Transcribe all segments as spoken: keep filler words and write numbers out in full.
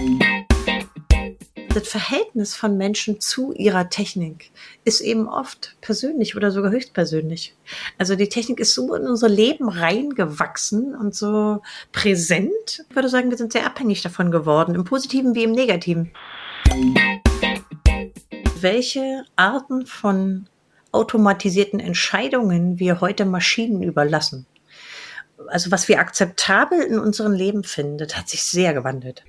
Das Verhältnis von Menschen zu ihrer Technik ist eben oft persönlich oder sogar höchstpersönlich. Also die Technik ist so in unser Leben reingewachsen und so präsent. Ich würde sagen, wir sind sehr abhängig davon geworden, im Positiven wie im Negativen. Welche Arten von automatisierten Entscheidungen wir heute Maschinen überlassen, also was wir akzeptabel in unserem Leben finden, das hat sich sehr gewandelt.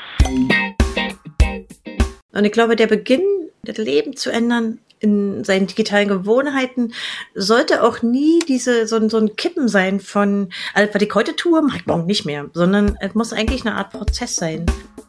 Und ich glaube, der Beginn, das Leben zu ändern in seinen digitalen Gewohnheiten, sollte auch nie diese so, so ein Kippen sein von, also was ich heute tue, mache ich morgen nicht mehr, sondern es muss eigentlich eine Art Prozess sein.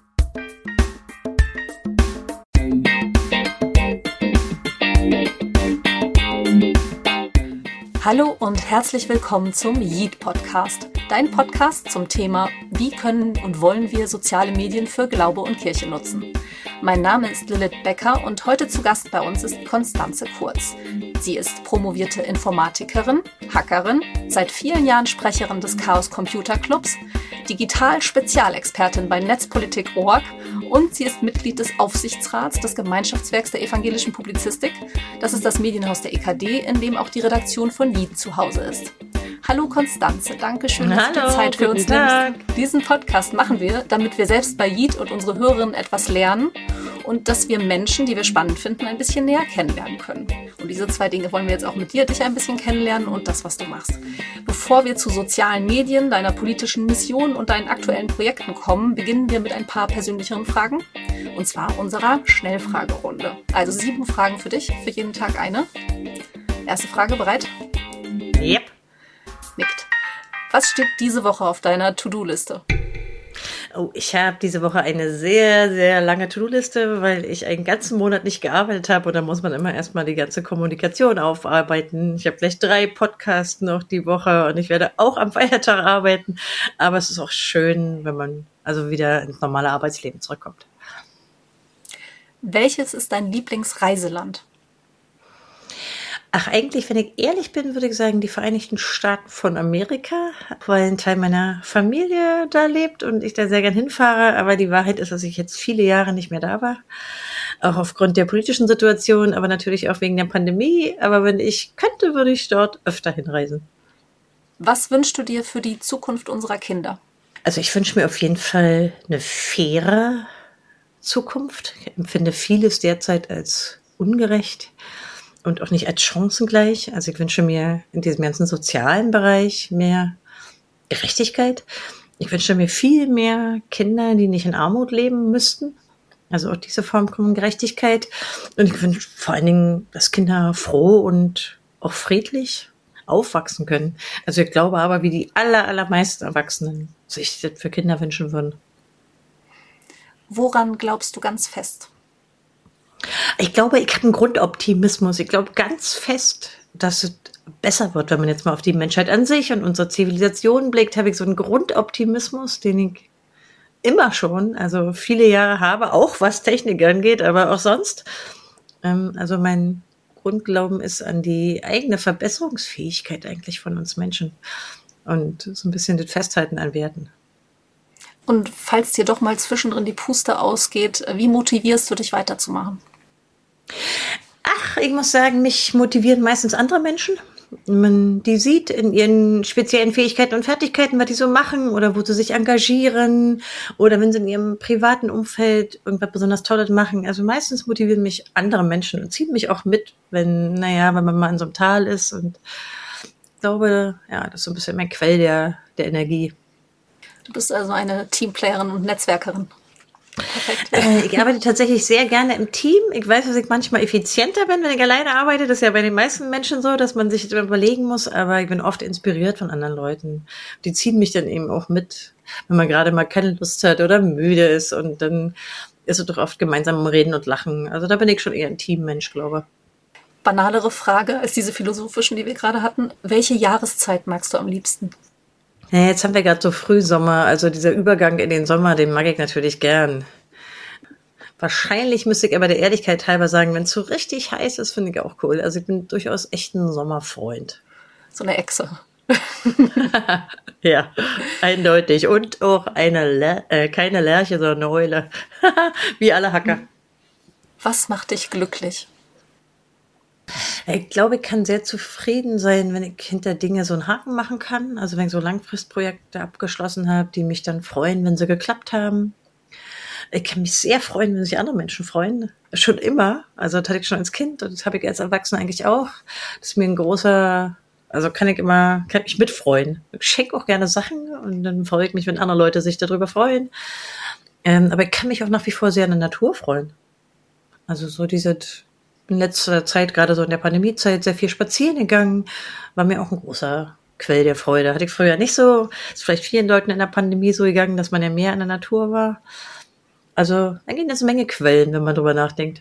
Hallo und herzlich willkommen zum Yeet Podcast, dein Podcast zum Thema, wie können und wollen wir soziale Medien für Glaube und Kirche nutzen. Mein Name ist Lilith Becker und heute zu Gast bei uns ist Constanze Kurz. Sie ist promovierte Informatikerin, Hackerin, seit vielen Jahren Sprecherin des Chaos Computer Clubs, Digital-Spezialexpertin bei Netzpolitik Punkt org und sie ist Mitglied des Aufsichtsrats des Gemeinschaftswerks der evangelischen Publizistik. Das ist das Medienhaus der E K D, in dem auch die Redaktion von Yeet zu Hause ist. Hallo Constanze, danke schön, dass Hallo, du dir Zeit für uns Tag. nimmst. Diesen Podcast machen wir, damit wir selbst bei Yeet und unsere Hörerinnen etwas lernen und dass wir Menschen, die wir spannend finden, ein bisschen näher kennenlernen können. Und diese zwei Dinge wollen wir jetzt auch mit dir, dich ein bisschen kennenlernen und das, was du machst. Bevor wir zu sozialen Medien, deiner politischen Mission und deinen aktuellen Projekten kommen, beginnen wir mit ein paar persönlicheren Fragen. Und zwar unserer Schnellfragerunde. Also sieben Fragen für dich, für jeden Tag eine. Erste Frage, bereit? Yep. Nickt. Was steht diese Woche auf deiner To-Do-Liste? Oh, ich habe diese Woche eine sehr, sehr lange To-Do-Liste, weil ich einen ganzen Monat nicht gearbeitet habe und da muss man immer erstmal die ganze Kommunikation aufarbeiten. Ich habe gleich drei Podcasts noch die Woche und ich werde auch am Feiertag arbeiten, aber es ist auch schön, wenn man also wieder ins normale Arbeitsleben zurückkommt. Welches ist dein Lieblingsreiseland? Ach, eigentlich, wenn ich ehrlich bin, würde ich sagen, die Vereinigten Staaten von Amerika, weil ein Teil meiner Familie da lebt und ich da sehr gern hinfahre. Aber die Wahrheit ist, dass ich jetzt viele Jahre nicht mehr da war. Auch aufgrund der politischen Situation, aber natürlich auch wegen der Pandemie. Aber wenn ich könnte, würde ich dort öfter hinreisen. Was wünschst du dir für die Zukunft unserer Kinder? Also ich wünsche mir auf jeden Fall eine faire Zukunft. Ich empfinde vieles derzeit als ungerecht. Und auch nicht als chancengleich. Also ich wünsche mir in diesem ganzen sozialen Bereich mehr Gerechtigkeit. Ich wünsche mir viel mehr Kinder, die nicht in Armut leben müssten. Also auch diese Form von Gerechtigkeit. Und ich wünsche vor allen Dingen, dass Kinder froh und auch friedlich aufwachsen können. Also ich glaube aber, wie die aller, allermeisten Erwachsenen sich das für Kinder wünschen würden. Woran glaubst du ganz fest? Ich glaube, ich habe einen Grundoptimismus. Ich glaube ganz fest, dass es besser wird, wenn man jetzt mal auf die Menschheit an sich und unsere Zivilisation blickt, habe ich so einen Grundoptimismus, den ich immer schon, also viele Jahre habe, auch was Technik angeht, aber auch sonst. Also mein Grundglauben ist an die eigene Verbesserungsfähigkeit eigentlich von uns Menschen und so ein bisschen das Festhalten an Werten. Und falls dir doch mal zwischendrin die Puste ausgeht, wie motivierst du dich weiterzumachen? Ach, ich muss sagen, mich motivieren meistens andere Menschen. Man die sieht in ihren speziellen Fähigkeiten und Fertigkeiten, was die so machen oder wo sie sich engagieren oder wenn sie in ihrem privaten Umfeld irgendwas besonders Tolles machen. Also meistens motivieren mich andere Menschen und ziehen mich auch mit, wenn, naja, wenn man mal in so einem Tal ist. Und ich glaube, ja, das ist so ein bisschen mein Quell der, der Energie. Du bist also eine Teamplayerin und Netzwerkerin. Perfekt. Äh, ich arbeite tatsächlich sehr gerne im Team. Ich weiß, dass ich manchmal effizienter bin, wenn ich alleine arbeite. Das ist ja bei den meisten Menschen so, dass man sich überlegen muss. Aber ich bin oft inspiriert von anderen Leuten. Die ziehen mich dann eben auch mit, wenn man gerade mal keine Lust hat oder müde ist. Und dann ist es doch oft gemeinsam Reden und Lachen. Also da bin ich schon eher ein Teammensch, glaube ich. Banalere Frage als diese philosophischen, die wir gerade hatten. Welche Jahreszeit magst du am liebsten? Ja, jetzt haben wir gerade so Frühsommer, also dieser Übergang in den Sommer, den mag ich natürlich gern. Wahrscheinlich müsste ich aber der Ehrlichkeit halber sagen, wenn es so richtig heiß ist, finde ich auch cool. Also ich bin durchaus echt ein Sommerfreund. So eine Echse. Ja, eindeutig. Und auch eine Ler äh, keine Lerche, sondern eine Eule. Wie alle Hacker. Was macht dich glücklich? Ich glaube, ich kann sehr zufrieden sein, wenn ich hinter Dinge so einen Haken machen kann. Also wenn ich so Langfristprojekte abgeschlossen habe, die mich dann freuen, wenn sie geklappt haben. Ich kann mich sehr freuen, wenn sich andere Menschen freuen. Schon immer. Also das hatte ich schon als Kind und das habe ich als Erwachsener eigentlich auch. Das ist mir ein großer, also kann ich immer, kann mich mitfreuen. Ich schenke auch gerne Sachen und dann freue ich mich, wenn andere Leute sich darüber freuen. Ähm, aber ich kann mich auch nach wie vor sehr an der Natur freuen. Also so diese, in letzter Zeit, gerade so in der Pandemiezeit, sehr viel spazieren gegangen, war mir auch ein großer Quell der Freude. Hatte ich früher nicht so. Ist vielleicht vielen Leuten in der Pandemie so gegangen, dass man ja mehr in der Natur war. Also da gehen jetzt eine Menge Quellen, wenn man drüber nachdenkt.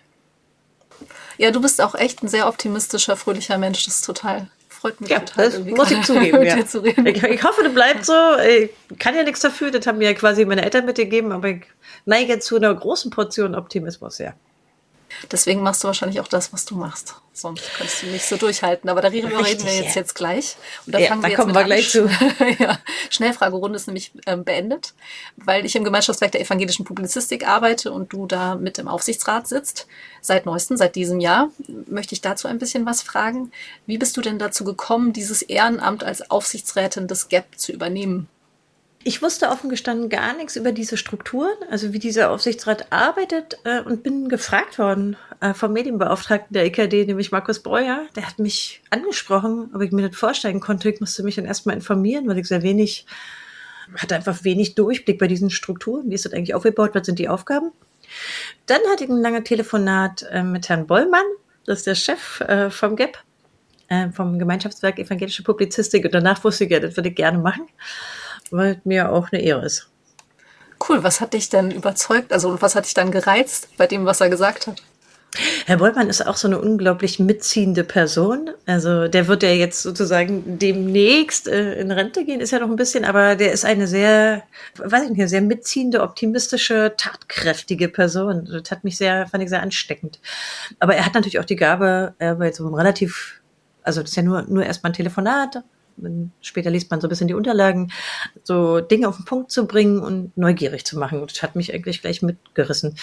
Ja, du bist auch echt ein sehr optimistischer, fröhlicher Mensch. Das ist total, freut mich Ja, total. das muss ich zugeben, mit ja. dir zu reden. Ich, ich hoffe, das bleibt so. Ich kann ja nichts dafür, das haben mir ja quasi meine Eltern mitgegeben, aber ich neige zu einer großen Portion Optimismus, ja. Deswegen machst du wahrscheinlich auch das, was du machst. Sonst könntest du nicht so durchhalten. Aber darüber reden Richtig, wir jetzt, ja. jetzt gleich. Und da Ja, fangen da wir jetzt kommen mit wir an. gleich zu. Ja, Schnellfragerunde ist nämlich ähm, beendet, weil ich im Gemeinschaftswerk der evangelischen Publizistik arbeite und du da mit im Aufsichtsrat sitzt. Seit neuestem, seit diesem Jahr. Möchte ich dazu ein bisschen was fragen. Wie bist du denn dazu gekommen, dieses Ehrenamt als Aufsichtsrätin des G E P zu übernehmen? Ich wusste offen gestanden gar nichts über diese Strukturen, also wie dieser Aufsichtsrat arbeitet, äh, und bin gefragt worden äh, vom Medienbeauftragten der E K D, nämlich Markus Breuer. Der hat mich angesprochen, ob ich mir das vorstellen konnte. Ich musste mich dann erstmal informieren, weil ich sehr wenig, hatte einfach wenig Durchblick bei diesen Strukturen. Wie ist das eigentlich aufgebaut? Was sind die Aufgaben? Dann hatte ich ein langes Telefonat äh, mit Herrn Bollmann, das ist der Chef äh, vom G E P, äh, vom Gemeinschaftswerk Evangelische Publizistik. Und danach wusste ich ja, das würde ich gerne machen, weil mir auch eine Ehre ist. Cool, was hat dich denn überzeugt? Also was hat dich dann gereizt bei dem, was er gesagt hat? Herr Bollmann ist auch so eine unglaublich mitziehende Person. Also der wird ja jetzt sozusagen demnächst äh, in Rente gehen, ist ja noch ein bisschen, aber der ist eine sehr, weiß ich nicht, eine sehr mitziehende, optimistische, tatkräftige Person. Das hat mich sehr, fand ich sehr ansteckend. Aber er hat natürlich auch die Gabe, er war jetzt so relativ, also das ist ja nur, nur erstmal ein Telefonat. Später liest man so ein bisschen die Unterlagen, so Dinge auf den Punkt zu bringen und neugierig zu machen. Und das hat mich eigentlich gleich mitgerissen.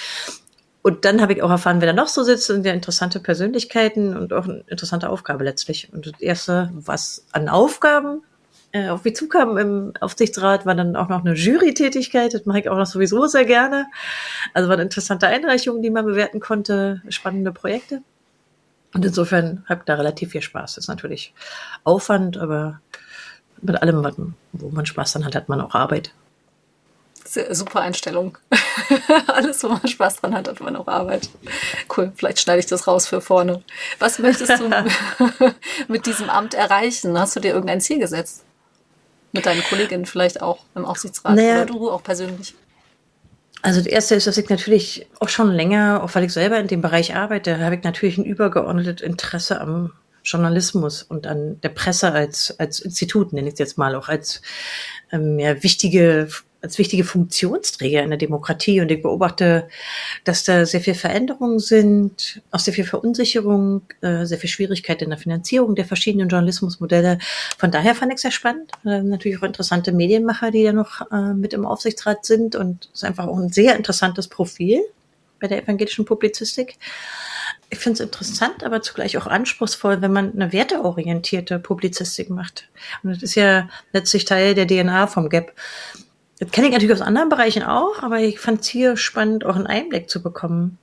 Und dann habe ich auch erfahren, wer da noch so sitzt, und ja interessante Persönlichkeiten und auch eine interessante Aufgabe letztlich. Und das Erste, was an Aufgaben äh, auf mich zukam im Aufsichtsrat, war dann auch noch eine Jury-Tätigkeit. Das mache ich auch noch sowieso sehr gerne. Also waren interessante Einreichungen, die man bewerten konnte, spannende Projekte. Und insofern habe ich da relativ viel Spaß. Das ist natürlich Aufwand, aber mit allem, wo man Spaß dran hat, hat man auch Arbeit. Sehr, super Einstellung. Alles, wo man Spaß dran hat, hat man auch Arbeit. Cool, vielleicht schneide ich das raus für vorne. Was möchtest du mit diesem Amt erreichen? Hast du dir irgendein Ziel gesetzt? Mit deinen Kolleginnen vielleicht auch im Aufsichtsrat, naja, oder du auch persönlich? Also das Erste ist, dass ich natürlich auch schon länger, auch weil ich selber in dem Bereich arbeite, habe ich natürlich ein übergeordnetes Interesse am Journalismus und an der Presse als als Institut, nenne ich es jetzt mal, auch als ähm, ja, wichtige als wichtige Funktionsträger in der Demokratie. Und ich beobachte, dass da sehr viel Veränderungen sind, auch sehr viel Verunsicherung, äh, sehr viel Schwierigkeit in der Finanzierung der verschiedenen Journalismusmodelle. Von daher fand ich es sehr spannend. Äh, natürlich auch interessante Medienmacher, die da noch äh, mit im Aufsichtsrat sind. Und es ist einfach auch ein sehr interessantes Profil bei der evangelischen Publizistik. Ich finde es interessant, aber zugleich auch anspruchsvoll, wenn man eine werteorientierte Publizistik macht. Und das ist ja letztlich Teil der D N A vom G E P. Das kenne ich natürlich aus anderen Bereichen auch, aber ich fand es hier spannend, auch einen Einblick zu bekommen.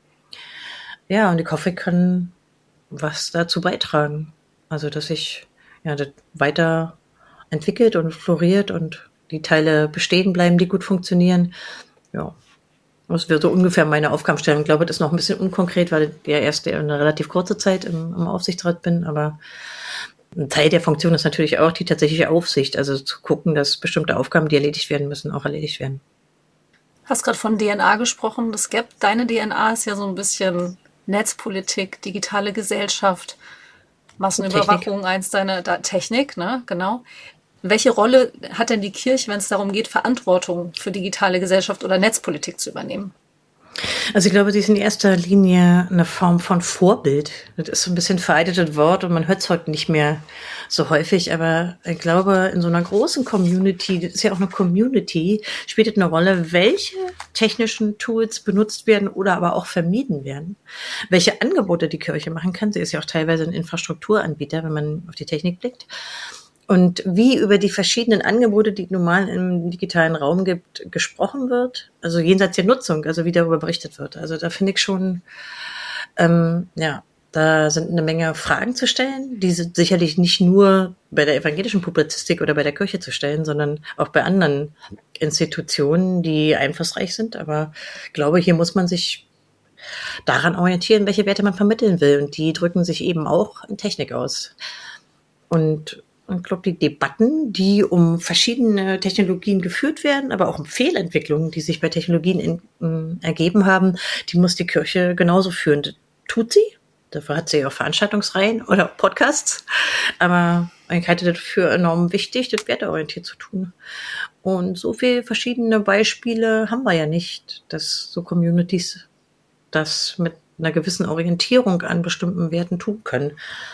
Ja, und ich hoffe, ich kann was dazu beitragen. Also, dass sich ja, das weiter entwickelt und floriert und die Teile bestehen bleiben, die gut funktionieren. Ja, das wäre so ungefähr meine Aufgabenstellung. Ich glaube, das ist noch ein bisschen unkonkret, weil ich ja erst eine relativ kurze Zeit im, im Aufsichtsrat bin, aber ein Teil der Funktion ist natürlich auch die tatsächliche Aufsicht, also zu gucken, dass bestimmte Aufgaben, die erledigt werden müssen, auch erledigt werden. Du hast gerade von D N A gesprochen. Das G E P, deine D N A ist ja so ein bisschen Netzpolitik, digitale Gesellschaft, Massenüberwachung, eins deiner da, Technik, ne, genau. Welche Rolle hat denn die Kirche, wenn es darum geht, Verantwortung für digitale Gesellschaft oder Netzpolitik zu übernehmen? Also ich glaube, sie ist in erster Linie eine Form von Vorbild. Das ist so ein bisschen veraltetes Wort und man hört es heute nicht mehr so häufig, aber ich glaube, in so einer großen Community, das ist ja auch eine Community, spielt es eine Rolle, welche technischen Tools benutzt werden oder aber auch vermieden werden. Welche Angebote die Kirche machen kann. Sie ist ja auch teilweise ein Infrastrukturanbieter, wenn man auf die Technik blickt. Und wie über die verschiedenen Angebote, die es normal im digitalen Raum gibt, gesprochen wird, also jenseits der Nutzung, also wie darüber berichtet wird. Also da finde ich schon, ähm, ja, da sind eine Menge Fragen zu stellen, die sind sicherlich nicht nur bei der evangelischen Publizistik oder bei der Kirche zu stellen, sondern auch bei anderen Institutionen, die einflussreich sind. Aber ich glaube, hier muss man sich daran orientieren, welche Werte man vermitteln will. Und die drücken sich eben auch in Technik aus. Und ich glaube, die Debatten, die um verschiedene Technologien geführt werden, aber auch um Fehlentwicklungen, die sich bei Technologien in, in, ergeben haben, die muss die Kirche genauso führen. Das tut sie. Dafür hat sie auch Veranstaltungsreihen oder Podcasts. Aber ich halte das für enorm wichtig, das werteorientiert zu tun. Und so viele verschiedene Beispiele haben wir ja nicht, dass so Communities das mit einer gewissen Orientierung an bestimmten Werten tun können.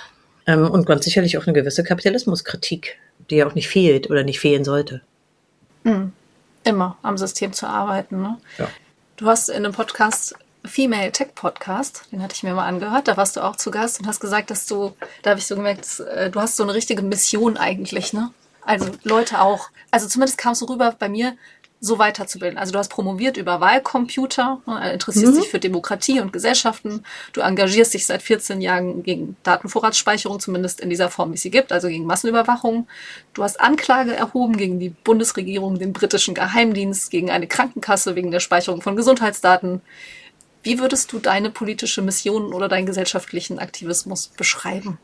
Und ganz sicherlich auch eine gewisse Kapitalismuskritik, die ja auch nicht fehlt oder nicht fehlen sollte. Mhm. Immer am System zu arbeiten. Ne? Ja. Du hast in einem Podcast, Female Tech Podcast, den hatte ich mir mal angehört, da warst du auch zu Gast und hast gesagt, dass du, da habe ich so gemerkt, du hast so eine richtige Mission eigentlich, ne? Also Leute auch, also zumindest kam es so rüber bei mir, so weiterzubilden. Also du hast promoviert über Wahlcomputer, interessierst mhm. dich für Demokratie und Gesellschaften. Du engagierst dich seit vierzehn Jahren gegen Datenvorratsspeicherung, zumindest in dieser Form, wie es sie gibt, also gegen Massenüberwachung. Du hast Anklage erhoben gegen die Bundesregierung, den britischen Geheimdienst, gegen eine Krankenkasse wegen der Speicherung von Gesundheitsdaten. Wie würdest du deine politische Mission oder deinen gesellschaftlichen Aktivismus beschreiben?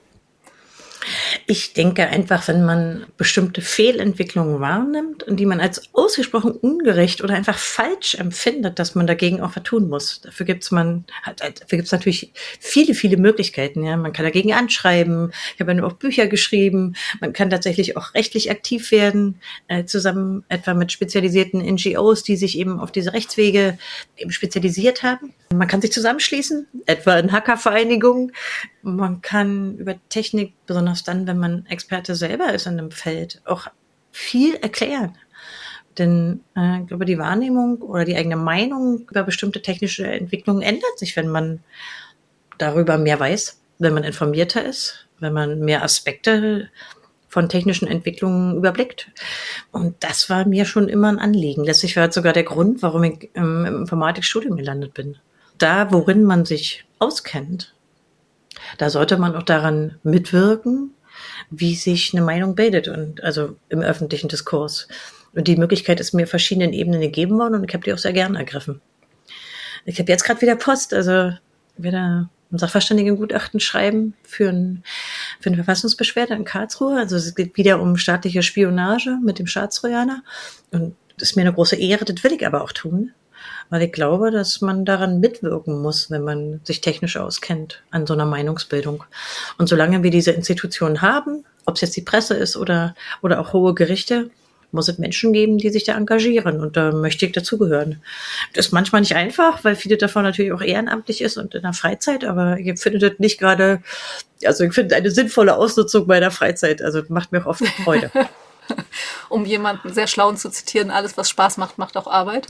Ich denke einfach, wenn man bestimmte Fehlentwicklungen wahrnimmt und die man als ausgesprochen ungerecht oder einfach falsch empfindet, dass man dagegen auch was tun muss. Dafür gibt's man, dafür gibt's natürlich viele, viele Möglichkeiten. Ja, man kann dagegen anschreiben. Ich habe ja nur auch Bücher geschrieben. Man kann tatsächlich auch rechtlich aktiv werden, äh, zusammen etwa mit spezialisierten N G Os, die sich eben auf diese Rechtswege eben spezialisiert haben. Man kann sich zusammenschließen, etwa in Hackervereinigungen. Man kann über Technik, besonders dann, wenn man Experte selber ist in einem Feld, auch viel erklären. Denn äh, ich glaube, die Wahrnehmung oder die eigene Meinung über bestimmte technische Entwicklungen ändert sich, wenn man darüber mehr weiß, wenn man informierter ist, wenn man mehr Aspekte von technischen Entwicklungen überblickt. Und das war mir schon immer ein Anliegen. Letztlich war das sogar der Grund, warum ich im Informatikstudium gelandet bin. Da, worin man sich auskennt, da sollte man auch daran mitwirken, wie sich eine Meinung bildet, und also im öffentlichen Diskurs. Und die Möglichkeit ist mir auf verschiedenen Ebenen gegeben worden und ich habe die auch sehr gern ergriffen. Ich habe jetzt gerade wieder Post, also ich werde ein Sachverständigengutachten schreiben für, ein, für eine Verfassungsbeschwerde in Karlsruhe. Also es geht wieder um staatliche Spionage mit dem Staatstrojaner. Und das ist mir eine große Ehre, das will ich aber auch tun. Weil ich glaube, dass man daran mitwirken muss, wenn man sich technisch auskennt an so einer Meinungsbildung. Und solange wir diese Institutionen haben, ob es jetzt die Presse ist oder, oder auch hohe Gerichte, muss es Menschen geben, die sich da engagieren. Und da möchte ich dazugehören. Das ist manchmal nicht einfach, weil viele davon natürlich auch ehrenamtlich ist und in der Freizeit. Aber ich finde das nicht gerade, also ich finde eine sinnvolle Ausnutzung meiner Freizeit. Also macht mir auch oft Freude. Um jemanden sehr schlauen zu zitieren, alles, was Spaß macht, macht auch Arbeit.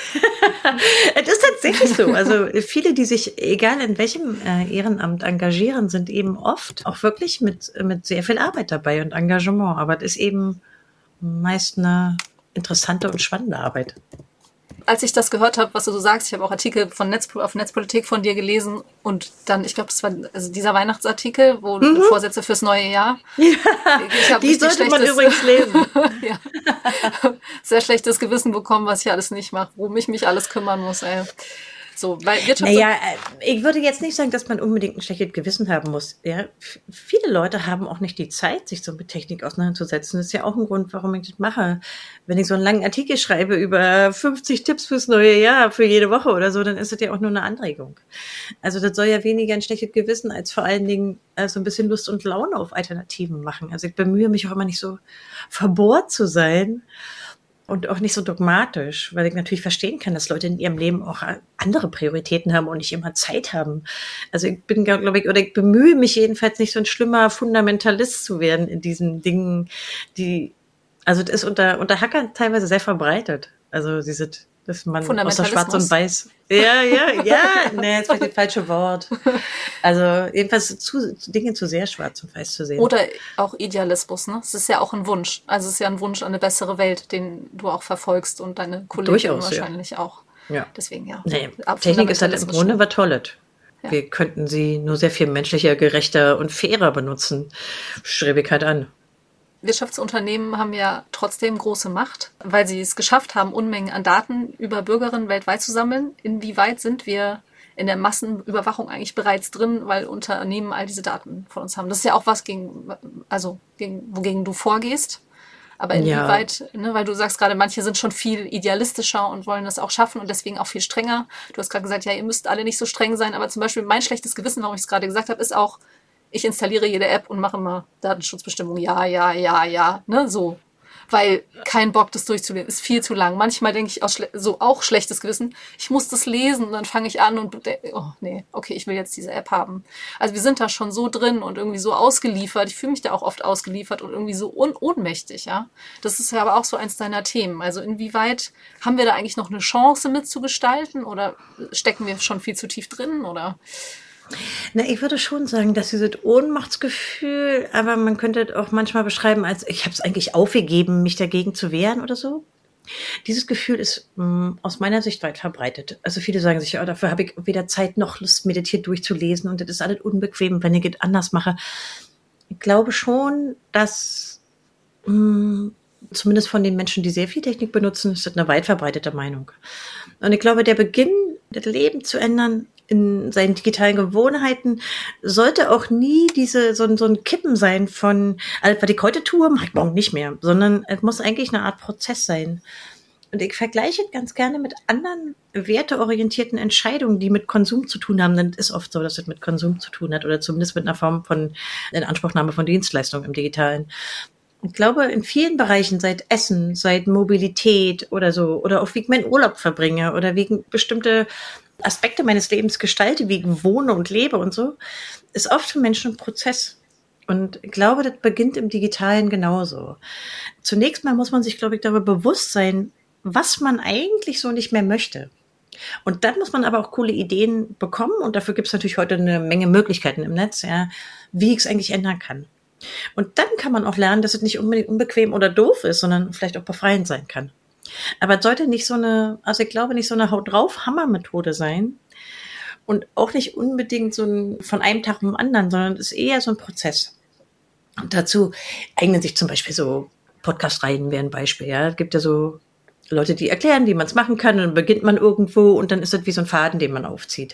Es ist tatsächlich so. Also viele, die sich, egal in welchem äh, Ehrenamt engagieren, sind eben oft auch wirklich mit, mit sehr viel Arbeit dabei und Engagement. Aber es ist eben meist eine interessante und spannende Arbeit. Als ich das gehört habe, was du so sagst, ich habe auch Artikel von Netz, auf Netzpolitik von dir gelesen und dann, ich glaube, das war also dieser Weihnachtsartikel, wo mhm. Vorsätze fürs neue Jahr. Ja, ich die sollte man übrigens lesen. Ja. Sehr schlechtes Gewissen bekommen, was ich alles nicht mache, worum ich mich alles kümmern muss. Ey. So, weil Wirtschaft naja, ich würde jetzt nicht sagen, dass man unbedingt ein schlechtes Gewissen haben muss. Ja, viele Leute haben auch nicht die Zeit, sich so mit Technik auseinanderzusetzen. Das ist ja auch ein Grund, warum ich das mache. Wenn ich so einen langen Artikel schreibe über fünfzig Tipps fürs neue Jahr, für jede Woche oder so, dann ist das ja auch nur eine Anregung. Also das soll ja weniger ein schlechtes Gewissen als vor allen Dingen äh, so ein bisschen Lust und Laune auf Alternativen machen. Also ich bemühe mich auch immer nicht so verbohrt zu sein. Und auch nicht so dogmatisch, weil ich natürlich verstehen kann, dass Leute in ihrem Leben auch andere Prioritäten haben und nicht immer Zeit haben. Also ich bin, glaube ich, oder ich bemühe mich jedenfalls nicht so ein schlimmer Fundamentalist zu werden in diesen Dingen, die, also das ist unter, unter Hackern teilweise sehr verbreitet. Also diese, dass man außer Schwarz und Weiß. Ja, ja, ja, nee, jetzt war das falsche Wort. Also jedenfalls zu, Dinge zu sehr schwarz und weiß zu sehen. Oder auch Idealismus, ne? Es ist ja auch ein Wunsch. Also es ist ja ein Wunsch an eine bessere Welt, den du auch verfolgst und deine Kollegen wahrscheinlich ja. auch. Ja. Deswegen ja. Nee, Technik ist halt im Grunde was Tolles. Ja. Wir könnten sie nur sehr viel menschlicher, gerechter und fairer benutzen. Strebe ich halt an. Wirtschaftsunternehmen haben ja trotzdem große Macht, weil sie es geschafft haben, Unmengen an Daten über Bürgerinnen weltweit zu sammeln. Inwieweit sind wir in der Massenüberwachung eigentlich bereits drin, weil Unternehmen all diese Daten von uns haben? Das ist ja auch was, gegen, also gegen, wogegen du vorgehst. Aber inwieweit, ja. ne, weil du sagst gerade, manche sind schon viel idealistischer und wollen das auch schaffen und deswegen auch viel strenger. Du hast gerade gesagt, ja, ihr müsst alle nicht so streng sein, aber zum Beispiel mein schlechtes Gewissen, warum ich es gerade gesagt habe, ist auch, ich installiere jede App und mache immer Datenschutzbestimmungen. Ja, ja, ja, ja, ne, so. Weil kein Bock, das durchzulesen, ist viel zu lang. Manchmal denke ich aus so auch schlechtes Gewissen, ich muss das lesen und dann fange ich an und oh nee, okay, ich will jetzt diese App haben. Also wir sind da schon so drin und irgendwie so ausgeliefert. Ich fühle mich da auch oft ausgeliefert und irgendwie so un- ohnmächtig, ja. Das ist ja aber auch so eins deiner Themen. Also inwieweit haben wir da eigentlich noch eine Chance mitzugestalten oder stecken wir schon viel zu tief drin oder? Na, ich würde schon sagen, dass dieses Ohnmachtsgefühl, aber man könnte es auch manchmal beschreiben als, ich habe es eigentlich aufgegeben, mich dagegen zu wehren oder so. Dieses Gefühl ist mh, aus meiner Sicht weit verbreitet. Also viele sagen sich, ja, dafür habe ich weder Zeit noch Lust, meditiert durchzulesen und das ist alles unbequem, wenn ich es anders mache. Ich glaube schon, dass mh, zumindest von den Menschen, die sehr viel Technik benutzen, ist das eine weit verbreitete Meinung. Und ich glaube, der Beginn, das Leben zu ändern, in seinen digitalen Gewohnheiten sollte auch nie diese so, so ein Kippen sein von, also, was ich heute tue, mache ich morgen nicht mehr, sondern es muss eigentlich eine Art Prozess sein. Und ich vergleiche es ganz gerne mit anderen werteorientierten Entscheidungen, die mit Konsum zu tun haben. Denn es ist oft so, dass es mit Konsum zu tun hat oder zumindest mit einer Form von Inanspruchnahme von Dienstleistungen im Digitalen. Ich glaube, in vielen Bereichen, seit Essen, seit Mobilität oder so, oder auch wie ich meinen Urlaub verbringe oder wegen bestimmte Aspekte meines Lebens gestalte, wie ich wohne und lebe und so, ist oft für Menschen ein Prozess. Und ich glaube, das beginnt im Digitalen genauso. Zunächst mal muss man sich, glaube ich, darüber bewusst sein, was man eigentlich so nicht mehr möchte. Und dann muss man aber auch coole Ideen bekommen. Und dafür gibt es natürlich heute eine Menge Möglichkeiten im Netz, ja, wie ich es eigentlich ändern kann. Und dann kann man auch lernen, dass es nicht unbedingt unbequem oder doof ist, sondern vielleicht auch befreiend sein kann. Aber es sollte nicht so eine, also ich glaube, nicht so eine Haut-drauf-Hammer-Methode sein und auch nicht unbedingt so ein von einem Tag zum anderen, sondern es ist eher so ein Prozess. Und dazu eignen sich zum Beispiel so Podcast-Reihen, wäre ein Beispiel. Ja, es gibt ja so Leute, die erklären, wie man es machen kann, und dann beginnt man irgendwo und dann ist das wie so ein Faden, den man aufzieht.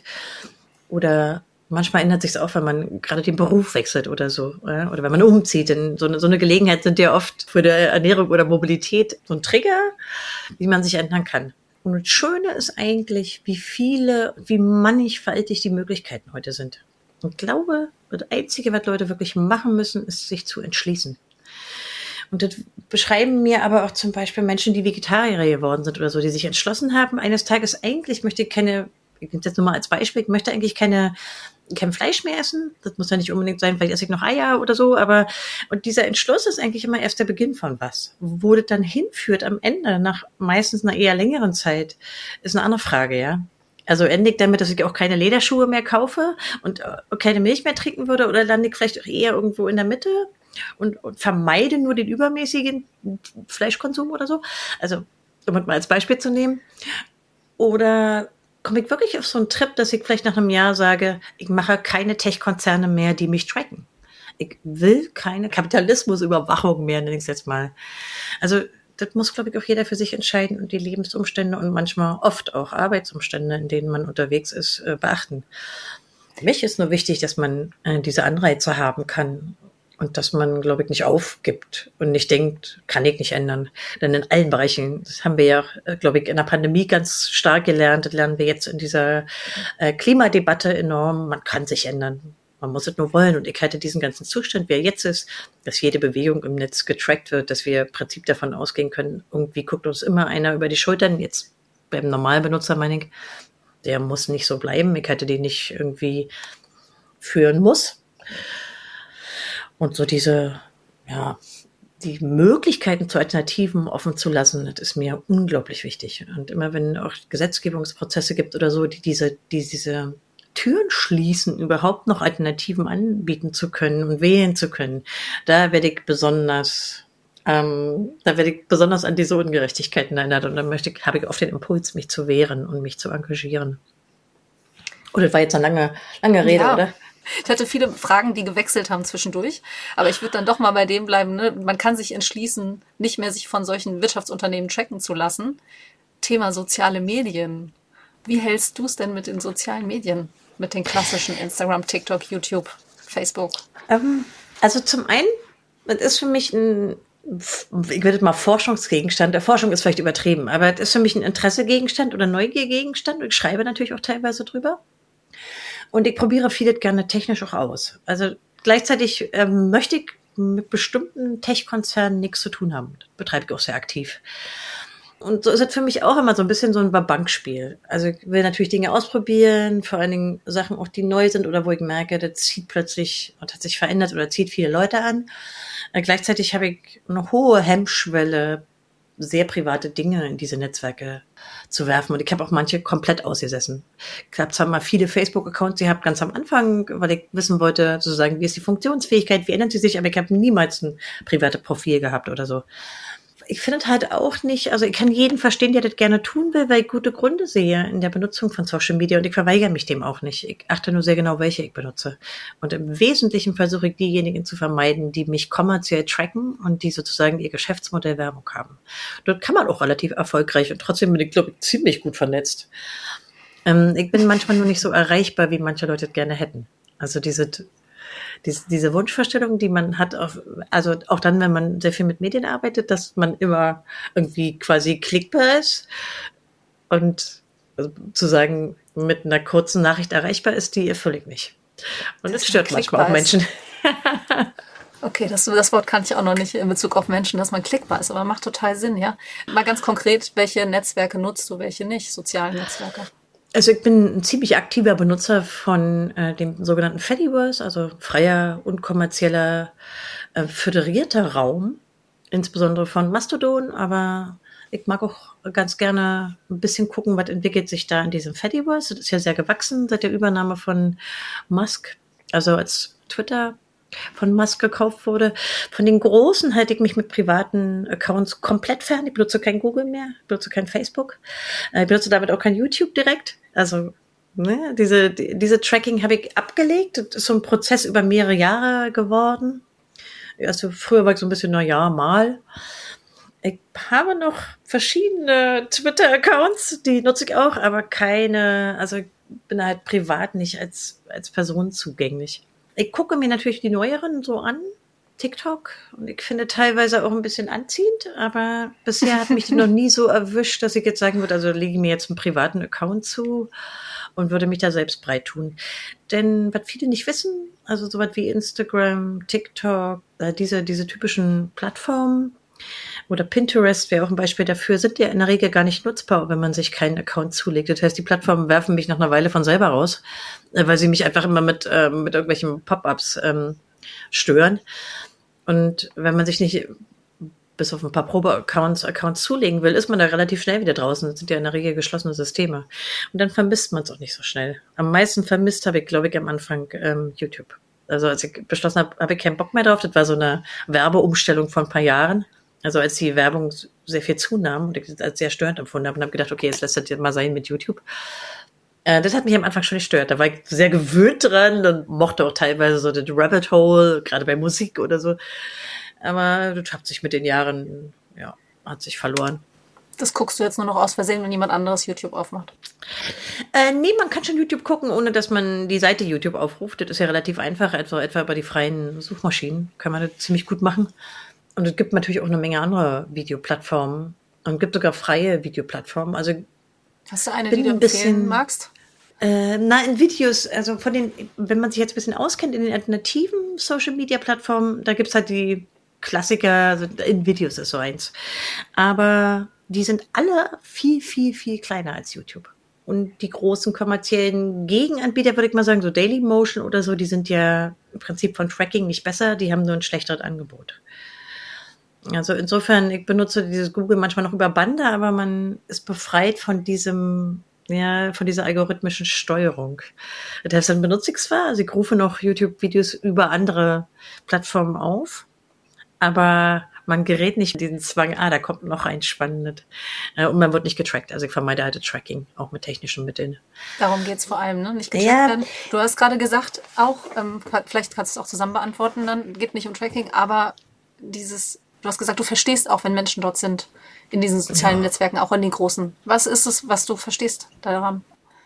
Oder manchmal ändert sich es auch, wenn man gerade den Beruf wechselt oder so, ja? Oder wenn man umzieht. Denn so eine, so eine Gelegenheit sind ja oft für die Ernährung oder Mobilität so ein Trigger, wie man sich ändern kann. Und das Schöne ist eigentlich, wie viele, wie mannigfaltig die Möglichkeiten heute sind. Und ich glaube, das Einzige, was Leute wirklich machen müssen, ist, sich zu entschließen. Und das beschreiben mir aber auch zum Beispiel Menschen, die Vegetarier geworden sind oder so, die sich entschlossen haben, eines Tages eigentlich möchte ich keine, ich nehme das nur mal als Beispiel, ich möchte eigentlich keine kein Fleisch mehr essen. Das muss ja nicht unbedingt sein, vielleicht esse ich noch Eier oder so, aber und dieser Entschluss ist eigentlich immer erst der Beginn von was. Wo das dann hinführt am Ende, nach meistens einer eher längeren Zeit, ist eine andere Frage, ja. Also endigt damit, dass ich auch keine Lederschuhe mehr kaufe und keine Milch mehr trinken würde, oder lande ich vielleicht auch eher irgendwo in der Mitte und, und vermeide nur den übermäßigen Fleischkonsum oder so. Also, um es mal als Beispiel zu nehmen. Oder komme ich wirklich auf so einen Trip, dass ich vielleicht nach einem Jahr sage, ich mache keine Tech-Konzerne mehr, die mich tracken. Ich will keine Kapitalismusüberwachung mehr, nenne ich es jetzt mal. Also das muss, glaube ich, auch jeder für sich entscheiden und die Lebensumstände und manchmal oft auch Arbeitsumstände, in denen man unterwegs ist, beachten. Für mich ist nur wichtig, dass man diese Anreize haben kann und dass man, glaube ich, nicht aufgibt und nicht denkt, kann ich nicht ändern. Denn in allen Bereichen, das haben wir ja, glaube ich, in der Pandemie ganz stark gelernt, das lernen wir jetzt in dieser Klimadebatte enorm, man kann sich ändern. Man muss es nur wollen. Und ich halte diesen ganzen Zustand, wie er jetzt ist, dass jede Bewegung im Netz getrackt wird, dass wir im Prinzip davon ausgehen können, irgendwie guckt uns immer einer über die Schultern. Jetzt beim normalen Benutzer, meine ich, der muss nicht so bleiben. Ich halte den nicht irgendwie führen muss. Und so diese, ja, die Möglichkeiten zu Alternativen offen zu lassen, das ist mir unglaublich wichtig. Und immer wenn auch Gesetzgebungsprozesse gibt oder so, die diese, die diese Türen schließen, überhaupt noch Alternativen anbieten zu können und wählen zu können, da werde ich besonders, ähm, da werde ich besonders an diese Ungerechtigkeiten erinnert. Und dann möchte ich, habe ich oft den Impuls, mich zu wehren und mich zu engagieren. Oh, das war jetzt eine lange, lange Rede, ja. oder? Ich hatte viele Fragen, die gewechselt haben zwischendurch, aber ich würde dann doch mal bei dem bleiben. Ne? Man kann sich entschließen, nicht mehr sich von solchen Wirtschaftsunternehmen tracken zu lassen. Thema soziale Medien. Wie hältst du es denn mit den sozialen Medien? Mit den klassischen Instagram, TikTok, YouTube, Facebook? Ähm, also zum einen, das ist für mich ein, ich würde mal Forschungsgegenstand, der Forschung ist vielleicht übertrieben, aber das ist für mich ein Interessegegenstand oder Neugiergegenstand. Ich schreibe natürlich auch teilweise drüber. Und ich probiere vieles gerne technisch auch aus. Also gleichzeitig ähm, möchte ich mit bestimmten Tech-Konzernen nichts zu tun haben. Das betreibe ich auch sehr aktiv. Und so ist es für mich auch immer so ein bisschen so ein Bankspiel. Also ich will natürlich Dinge ausprobieren, vor allen Dingen Sachen auch, die neu sind oder wo ich merke, das zieht plötzlich und hat sich verändert oder zieht viele Leute an. Äh, gleichzeitig habe ich eine hohe Hemmschwelle, sehr private Dinge in diese Netzwerke zu werfen. Und ich habe auch manche komplett ausgesessen. Ich habe zwar mal viele Facebook-Accounts gehabt, ganz am Anfang, weil ich wissen wollte, sozusagen, wie ist die Funktionsfähigkeit, wie ändert sie sich, aber ich habe niemals ein privates Profil gehabt oder so. Ich finde halt auch nicht, also ich kann jeden verstehen, der das gerne tun will, weil ich gute Gründe sehe in der Benutzung von Social Media und ich verweigere mich dem auch nicht. Ich achte nur sehr genau, welche ich benutze. Und im Wesentlichen versuche ich diejenigen zu vermeiden, die mich kommerziell tracken und die sozusagen ihr Geschäftsmodell Werbung haben. Dort kann man auch relativ erfolgreich und trotzdem bin ich, glaube ich, ziemlich gut vernetzt. Ähm, ich bin manchmal nur nicht so erreichbar, wie manche Leute es gerne hätten. Also diese Diese, diese Wunschvorstellung, die man hat, auf, also auch dann, wenn man sehr viel mit Medien arbeitet, dass man immer irgendwie quasi klickbar ist und also zu sagen, mit einer kurzen Nachricht erreichbar ist, die erfülle ich nicht. Und das, das stört manchmal auch Menschen. Okay, das, das Wort kannte ich auch noch nicht in Bezug auf Menschen, dass man klickbar ist, aber macht total Sinn, ja. Mal ganz konkret, welche Netzwerke nutzt du, welche nicht, sozialen Netzwerke? Also ich bin ein ziemlich aktiver Benutzer von äh, dem sogenannten Fediverse, also freier, unkommerzieller, äh, föderierter Raum, insbesondere von Mastodon, aber ich mag auch ganz gerne ein bisschen gucken, was entwickelt sich da in diesem Fediverse. Das ist ja sehr gewachsen seit der Übernahme von Musk, also als Twitter von Musk gekauft wurde. Von den Großen halte ich mich mit privaten Accounts komplett fern. Ich benutze kein Google mehr, ich benutze kein Facebook. Ich benutze damit auch kein YouTube direkt. Also ne, diese, die, diese Tracking habe ich abgelegt. Das ist so ein Prozess über mehrere Jahre geworden. Also früher war ich so ein bisschen, na ja, mal. Ich habe noch verschiedene Twitter-Accounts, die nutze ich auch, aber keine, also ich bin halt privat nicht als, als Person zugänglich. Ich gucke mir natürlich die neueren so an, TikTok, und ich finde teilweise auch ein bisschen anziehend, aber bisher hat mich noch nie so erwischt, dass ich jetzt sagen würde, also lege ich mir jetzt einen privaten Account zu und würde mich da selbst breit tun. Denn was viele nicht wissen, also sowas wie Instagram, TikTok, äh, diese, diese typischen Plattformen oder Pinterest wäre auch ein Beispiel dafür, sind ja in der Regel gar nicht nutzbar, wenn man sich keinen Account zulegt. Das heißt, die Plattformen werfen mich nach einer Weile von selber raus, weil sie mich einfach immer mit, äh, mit irgendwelchen Pop-ups ähm, stören. Und wenn man sich nicht bis auf ein paar Probe-Accounts Accounts zulegen will, ist man da relativ schnell wieder draußen. Das sind ja in der Regel geschlossene Systeme. Und dann vermisst man es auch nicht so schnell. Am meisten vermisst habe ich, glaube ich, am Anfang ähm, YouTube. Also als ich beschlossen habe, habe ich keinen Bock mehr drauf. Das war so eine Werbeumstellung von ein paar Jahren. Also als die Werbung sehr viel zunahm und ich das als sehr störend empfunden habe und habe gedacht, okay, jetzt lässt das jetzt mal sein mit YouTube. Äh, das hat mich am Anfang schon nicht gestört. Da war ich sehr gewöhnt dran und mochte auch teilweise so das Rabbit Hole, gerade bei Musik oder so. Aber das hat sich mit den Jahren, ja, hat sich verloren. Das guckst du jetzt nur noch aus Versehen, wenn jemand anderes YouTube aufmacht? Äh, nee, man kann schon YouTube gucken, ohne dass man die Seite YouTube aufruft. Das ist ja relativ einfach, etwa, etwa über die freien Suchmaschinen kann man das ziemlich gut machen. Und es gibt natürlich auch eine Menge andere Videoplattformen und es gibt sogar freie Videoplattformen. Also hast du eine, die du empfehlen magst? Äh, na, in Videos, also von den, wenn man sich jetzt ein bisschen auskennt, in den alternativen Social-Media-Plattformen, da gibt's halt die Klassiker, also in Videos ist so eins. Aber die sind alle viel, viel, viel kleiner als YouTube. Und die großen kommerziellen Gegenanbieter, würde ich mal sagen, so Dailymotion oder so, die sind ja im Prinzip von Tracking nicht besser, die haben nur ein schlechteres Angebot. Also insofern, ich benutze dieses Google manchmal noch über Bande, aber man ist befreit von diesem, ja, von dieser algorithmischen Steuerung. Deshalb benutze ich es zwar, also ich rufe noch YouTube-Videos über andere Plattformen auf, aber man gerät nicht in diesen Zwang, ah, da kommt noch ein Spannendes. Und man wird nicht getrackt. Also ich vermeide halt das Tracking, auch mit technischen Mitteln. Darum geht's vor allem, ne? Nicht getrackt Ja. werden. Du hast gerade gesagt, auch, ähm, vielleicht kannst du es auch zusammen beantworten, dann geht nicht um Tracking, aber dieses, du hast gesagt, du verstehst auch, wenn Menschen dort sind, in diesen sozialen Ja. Netzwerken, auch in den großen. Was ist es, was du verstehst daran?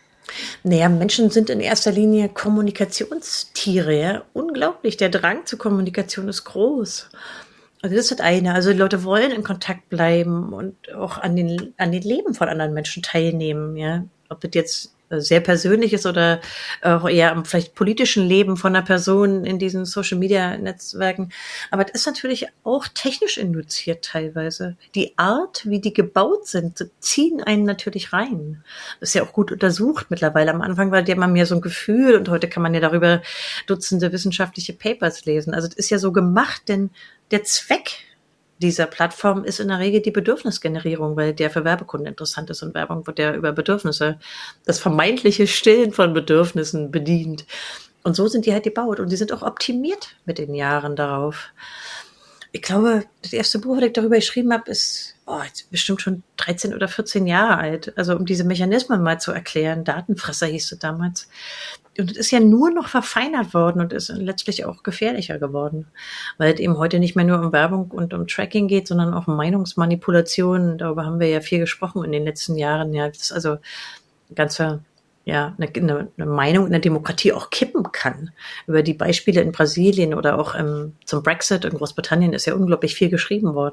Naja, Menschen sind in erster Linie Kommunikationstiere, ja. Unglaublich. Der Drang zur Kommunikation ist groß. Also das ist das eine. Also die Leute wollen in Kontakt bleiben und auch an den, an den Leben von anderen Menschen teilnehmen, ja. Ob das jetzt sehr persönlich ist oder auch eher am vielleicht politischen Leben von einer Person in diesen Social-Media-Netzwerken. Aber das ist natürlich auch technisch induziert teilweise. Die Art, wie die gebaut sind, ziehen einen natürlich rein. Das ist ja auch gut untersucht mittlerweile. Am Anfang war der mal mehr so ein Gefühl und heute kann man ja darüber Dutzende wissenschaftliche Papers lesen. Also das ist ja so gemacht, denn der Zweck dieser Plattform ist in der Regel die Bedürfnisgenerierung, weil der für Werbekunden interessant ist und Werbung wird ja über Bedürfnisse, das vermeintliche Stillen von Bedürfnissen bedient. Und so sind die halt gebaut und die sind auch optimiert mit den Jahren darauf. Ich glaube, das erste Buch, das ich darüber geschrieben habe, ist oh, jetzt bestimmt schon dreizehn oder vierzehn Jahre alt. Also um diese Mechanismen mal zu erklären. Datenfresser hieß es damals. Und es ist ja nur noch verfeinert worden und ist letztlich auch gefährlicher geworden, weil es eben heute nicht mehr nur um Werbung und um Tracking geht, sondern auch um Meinungsmanipulation. Darüber haben wir ja viel gesprochen in den letzten Jahren. Ja, das ist also ganze ja, eine, eine Meinung in der Demokratie auch kippen kann. Über die Beispiele in Brasilien oder auch im, zum Brexit in Großbritannien ist ja unglaublich viel geschrieben worden.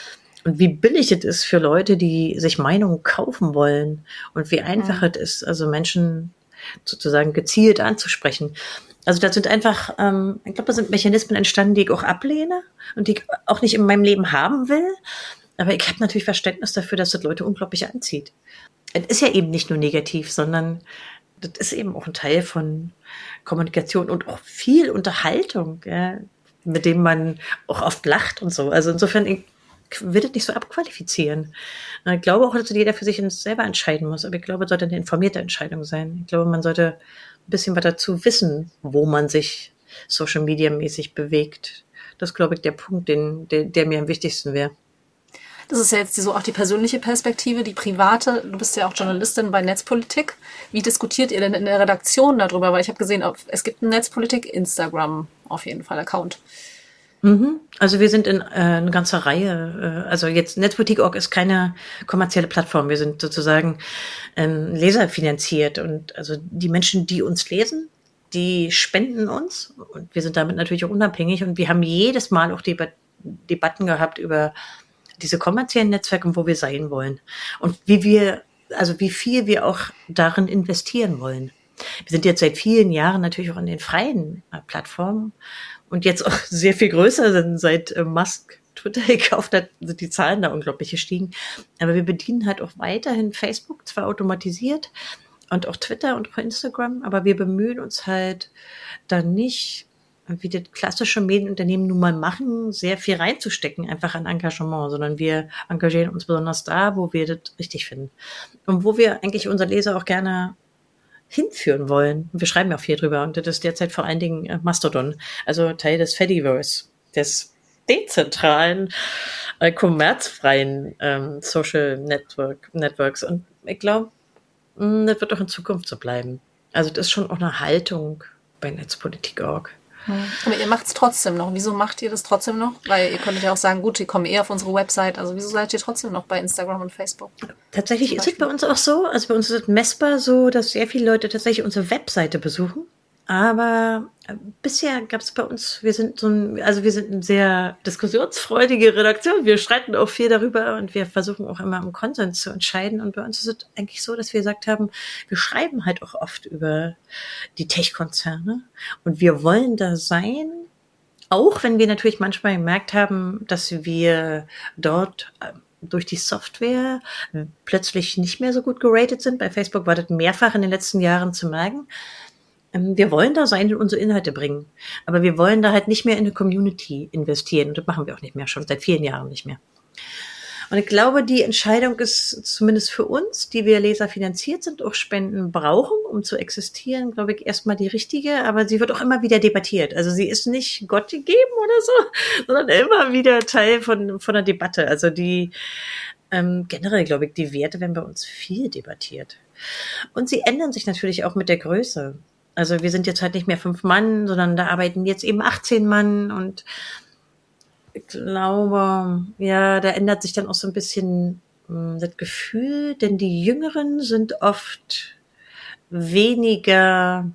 Und wie billig es ist für Leute, die sich Meinungen kaufen wollen und wie einfach mhm. es ist, also Menschen sozusagen gezielt anzusprechen. Also da sind einfach, ähm, ich glaube, da sind Mechanismen entstanden, die ich auch ablehne und die ich auch nicht in meinem Leben haben will. Aber ich habe natürlich Verständnis dafür, dass das Leute unglaublich anzieht. Es ist ja eben nicht nur negativ, sondern das ist eben auch ein Teil von Kommunikation und auch viel Unterhaltung, ja, mit dem man auch oft lacht und so. Also insofern, ich will das nicht so abqualifizieren. Ich glaube auch, dass jeder für sich selber entscheiden muss. Aber ich glaube, es sollte eine informierte Entscheidung sein. Ich glaube, man sollte ein bisschen was dazu wissen, wo man sich Social-Media-mäßig bewegt. Das ist, glaube ich, der Punkt, den, der, der mir am wichtigsten wäre. Das ist ja jetzt so auch die persönliche Perspektive, die private. Du bist ja auch Journalistin bei Netzpolitik. Wie diskutiert ihr denn in der Redaktion darüber? Weil ich habe gesehen, es gibt einen Netzpolitik-Instagram auf jeden Fall Account. Also wir sind in äh, eine ganze Reihe, äh, also jetzt Netzpolitik Punkt org ist keine kommerzielle Plattform, wir sind sozusagen ähm, leserfinanziert und also die Menschen, die uns lesen, die spenden uns und wir sind damit natürlich auch unabhängig und wir haben jedes Mal auch Debat- Debatten gehabt über diese kommerziellen Netzwerke, wo wir sein wollen und wie wir, also wie viel wir auch darin investieren wollen. Wir sind jetzt seit vielen Jahren natürlich auch in den freien äh, Plattformen und jetzt auch sehr viel größer sind, seit äh, Musk Twitter gekauft hat, sind die Zahlen da unglaublich gestiegen. Aber wir bedienen halt auch weiterhin Facebook, zwar automatisiert, und auch Twitter und auch Instagram, aber wir bemühen uns halt da nicht, wie das klassische Medienunternehmen nun mal machen, sehr viel reinzustecken, einfach an Engagement, sondern wir engagieren uns besonders da, wo wir das richtig finden. Und wo wir eigentlich unsere Leser auch gerne hinführen wollen. Wir schreiben ja auch viel drüber und das ist derzeit vor allen Dingen äh, Mastodon, also Teil des Fediverse, des dezentralen, äh, kommerzfreien ähm, Social Network Networks und ich glaube, das wird auch in Zukunft so bleiben. Also das ist schon auch eine Haltung bei Netzpolitik Punkt org. Aber ihr macht es trotzdem noch. Wieso macht ihr das trotzdem noch? Weil ihr könntet ja auch sagen, gut, die kommen eher auf unsere Website. Also wieso seid ihr trotzdem noch bei Instagram und Facebook? Tatsächlich ist es bei uns auch so, also bei uns ist es messbar so, dass sehr viele Leute tatsächlich unsere Webseite besuchen, Aber äh, bisher gab es bei uns, wir sind so ein, also wir sind eine sehr diskussionsfreudige Redaktion. Wir streiten auch viel darüber und wir versuchen auch immer im Konsens zu entscheiden. Und bei uns ist es eigentlich so, dass wir gesagt haben, wir schreiben halt auch oft über die Tech-Konzerne und wir wollen da sein. Auch wenn wir natürlich manchmal gemerkt haben, dass wir dort äh, durch die Software plötzlich nicht mehr so gut geratet sind. Bei Facebook war das mehrfach in den letzten Jahren zu merken. Ähm, wir wollen da sein und unsere Inhalte bringen. Aber wir wollen da halt nicht mehr in eine Community investieren. Und das machen wir auch nicht mehr, schon seit vielen Jahren nicht mehr. Und ich glaube, die Entscheidung ist zumindest für uns, die wir leserfinanziert sind, auch Spenden brauchen, um zu existieren, glaube ich, erstmal die richtige. Aber sie wird auch immer wieder debattiert. Also sie ist nicht Gott gegeben oder so, sondern immer wieder Teil von, von der Debatte. Also die, ähm, generell, glaube ich, die Werte werden bei uns viel debattiert. Und sie ändern sich natürlich auch mit der Größe. Also wir sind jetzt halt nicht mehr fünf Mann, sondern da arbeiten jetzt eben achtzehn Mann und ich glaube, ja, da ändert sich dann auch so ein bisschen mh, das Gefühl, denn die Jüngeren sind oft weniger,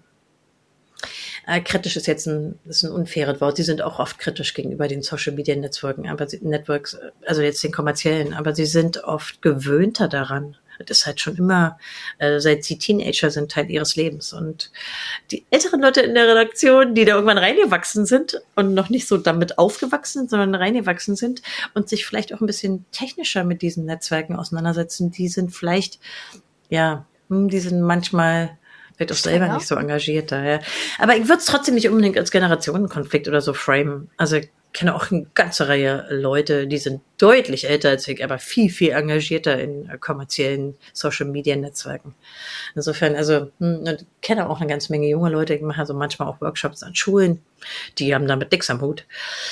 äh, kritisch ist jetzt ein, ist ein unfaires Wort, sie sind auch oft kritisch gegenüber den Social Media Netzwerken, aber sie, Networks, also jetzt den kommerziellen, aber sie sind oft gewöhnter daran. Das ist halt schon immer, äh, seit sie Teenager sind, Teil ihres Lebens. Und die älteren Leute in der Redaktion, die da irgendwann reingewachsen sind und noch nicht so damit aufgewachsen, sondern reingewachsen sind und sich vielleicht auch ein bisschen technischer mit diesen Netzwerken auseinandersetzen, die sind vielleicht, ja, die sind manchmal vielleicht auch selber Strenger. nicht so engagiert da. Ja. Aber ich würde es trotzdem nicht unbedingt als Generationenkonflikt oder so framen. Also ich kenne auch eine ganze Reihe Leute, die sind deutlich älter als ich, aber viel, viel engagierter in äh, kommerziellen Social-Media-Netzwerken. Insofern, also hm, ich kenne auch eine ganze Menge junge Leute. Ich mache also manchmal auch Workshops an Schulen. Die haben damit nichts am Hut.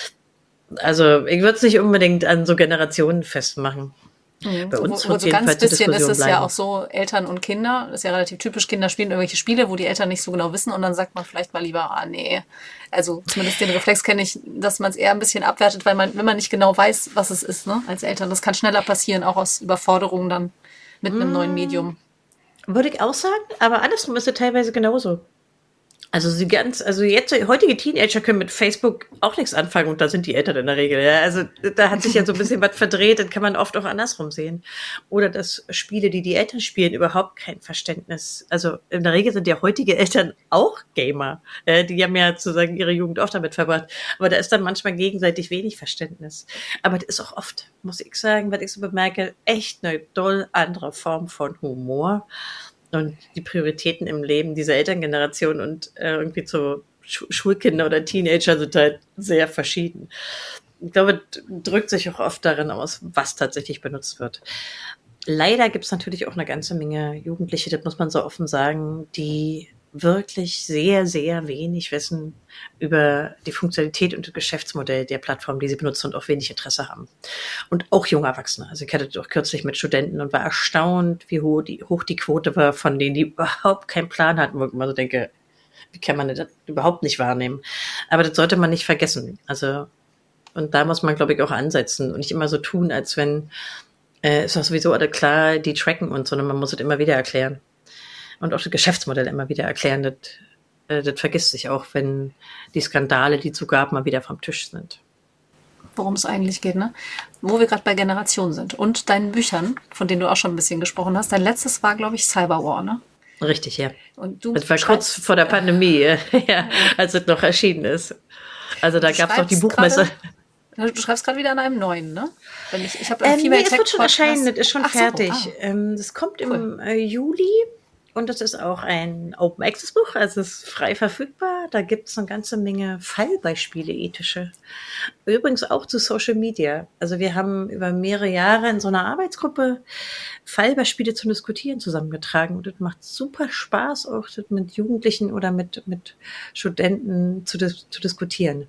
Also ich würde es nicht unbedingt an so Generationen festmachen. Mhm. Bei So, uns wo, wo wird so jedenfalls ganz die bisschen ist Diskussion es ja bleiben. auch so, Eltern und Kinder, das ist ja relativ typisch, Kinder spielen irgendwelche Spiele, wo die Eltern nicht so genau wissen und dann sagt man vielleicht mal lieber, ah nee, also zumindest den Reflex kenne ich, dass man es eher ein bisschen abwertet, weil man, wenn man nicht genau weiß, was es ist, ne, als Eltern, das kann schneller passieren, auch aus Überforderung dann mit einem neuen Medium. Würde ich auch sagen, aber andersrum ist es teilweise genauso. Also sie ganz, also jetzt heutige Teenager können mit Facebook auch nichts anfangen und da sind die Eltern in der Regel. Ja. Also da hat sich ja so ein bisschen was verdreht, das kann man oft auch andersrum sehen. Oder dass Spiele, die die Eltern spielen, überhaupt kein Verständnis. Also in der Regel sind ja heutige Eltern auch Gamer. Äh, die haben ja sozusagen ihre Jugend auch damit verbracht. Aber da ist dann manchmal gegenseitig wenig Verständnis. Aber das ist auch oft, muss ich sagen, was ich so bemerke, echt eine doll andere Form von Humor. Und die Prioritäten im Leben dieser Elterngeneration und äh, irgendwie zu Schu- Schulkinder oder Teenager sind halt sehr verschieden. Ich glaube, d- drückt sich auch oft darin aus, was tatsächlich benutzt wird. Leider gibt es natürlich auch eine ganze Menge Jugendliche, das muss man so offen sagen, die wirklich sehr, sehr wenig wissen über die Funktionalität und das Geschäftsmodell der Plattform, die sie benutzen und auch wenig Interesse haben. Und auch junge Erwachsene. Also ich hatte das auch kürzlich mit Studenten und war erstaunt, wie hoch die, hoch die Quote war von denen, die überhaupt keinen Plan hatten, wo ich immer so denke, wie kann man das überhaupt nicht wahrnehmen? Aber das sollte man nicht vergessen. Also, und da muss man, glaube ich, auch ansetzen und nicht immer so tun, als wenn, äh, ist doch sowieso alle klar, die tracken uns, sondern man muss es immer wieder erklären. Und auch das Geschäftsmodell immer wieder erklären. Das, äh, das vergisst sich auch, wenn die Skandale, die zu gab, mal wieder vom Tisch sind. Worum es eigentlich geht, ne? Wo wir gerade bei Generationen sind und deinen Büchern, von denen du auch schon ein bisschen gesprochen hast. Dein letztes war, glaube ich, Cyberwar, ne? Richtig, ja. Und du Das war kurz vor der Pandemie, ja, als es noch erschienen ist. Also da Du gab es noch die schreibst Buchmesse. gerade- Du schreibst gerade wieder an einem neuen, ne? Wenn ich, ich habe Ähm, im nee, Female es Tech wird schon Podcast- erscheinen, das ist schon Ach so, fertig. ah. Ähm, das kommt Cool. im äh, Juli und das ist auch ein Open Access Buch, also es ist frei verfügbar. Da gibt es eine ganze Menge Fallbeispiele, ethische. Übrigens auch zu Social Media. Also wir haben über mehrere Jahre in so einer Arbeitsgruppe Fallbeispiele zum Diskutieren zusammengetragen und das macht super Spaß, auch das mit Jugendlichen oder mit, mit Studenten zu, dis zu diskutieren.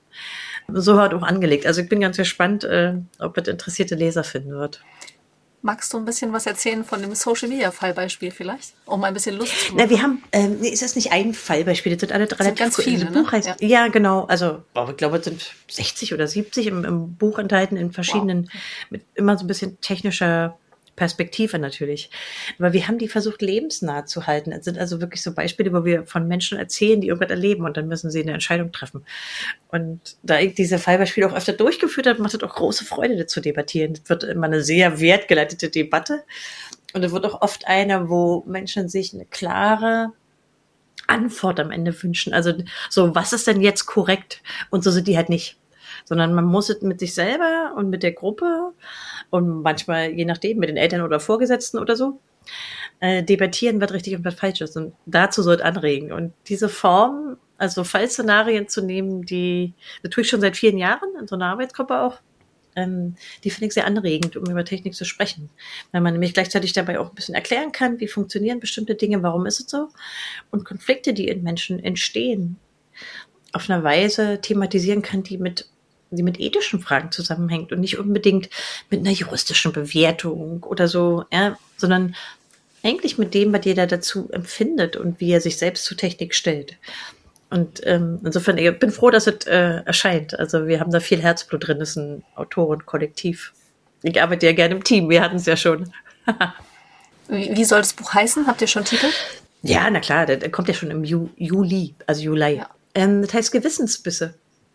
So hat auch angelegt. Also ich bin ganz gespannt, äh, ob es interessierte Leser finden wird. Magst du ein bisschen was erzählen von dem Social Media Fallbeispiel vielleicht? Um ein bisschen Lust zu machen. Na, wir haben, ähm, nee, es ist nicht ein Fallbeispiel, das sind alle relativ ganz kurz. viele, Das Buch ne? heißt, Ja. ja. genau, also boah, ich glaube, es sind sechzig oder siebzig im, im Buch enthalten in verschiedenen, mit immer so ein bisschen technischer Perspektive natürlich. Aber wir haben die versucht, lebensnah zu halten. Es sind also wirklich so Beispiele, wo wir von Menschen erzählen, die irgendwas erleben und dann müssen sie eine Entscheidung treffen. Und da ich diese Fallbeispiele auch öfter durchgeführt habe, macht es auch große Freude, das zu debattieren. Es wird immer eine sehr wertgeleitete Debatte und es wird auch oft eine, wo Menschen sich eine klare Antwort am Ende wünschen. Also so, was ist denn jetzt korrekt? Und so sind die halt nicht. Sondern man muss es mit sich selber und mit der Gruppe und manchmal, je nachdem, mit den Eltern oder Vorgesetzten oder so, äh, debattieren, was richtig und was falsch ist. Und dazu soll es anregen. Und diese Form, also Fallszenarien zu nehmen, die, das tue ich schon seit vielen Jahren in so einer Arbeitsgruppe auch, ähm, die finde ich sehr anregend, um über Technik zu sprechen. Weil man nämlich gleichzeitig dabei auch ein bisschen erklären kann, wie funktionieren bestimmte Dinge, warum ist es so? Und Konflikte, die in Menschen entstehen, auf eine Weise thematisieren kann, die mit die mit ethischen Fragen zusammenhängt und nicht unbedingt mit einer juristischen Bewertung oder so, ja, sondern eigentlich mit dem, was jeder dazu empfindet und wie er sich selbst zu Technik stellt. Und ähm, insofern, ich bin froh, dass es äh, erscheint. Also wir haben da viel Herzblut drin, das ist ein Autorenkollektiv. Ich arbeite ja gerne im Team, wir hatten es ja schon. wie, wie soll das Buch heißen? Habt ihr schon Titel? Ja, na klar, der kommt ja schon im Ju- Juli, also Juli. Ja. Ähm, das heißt Gewissensbisse.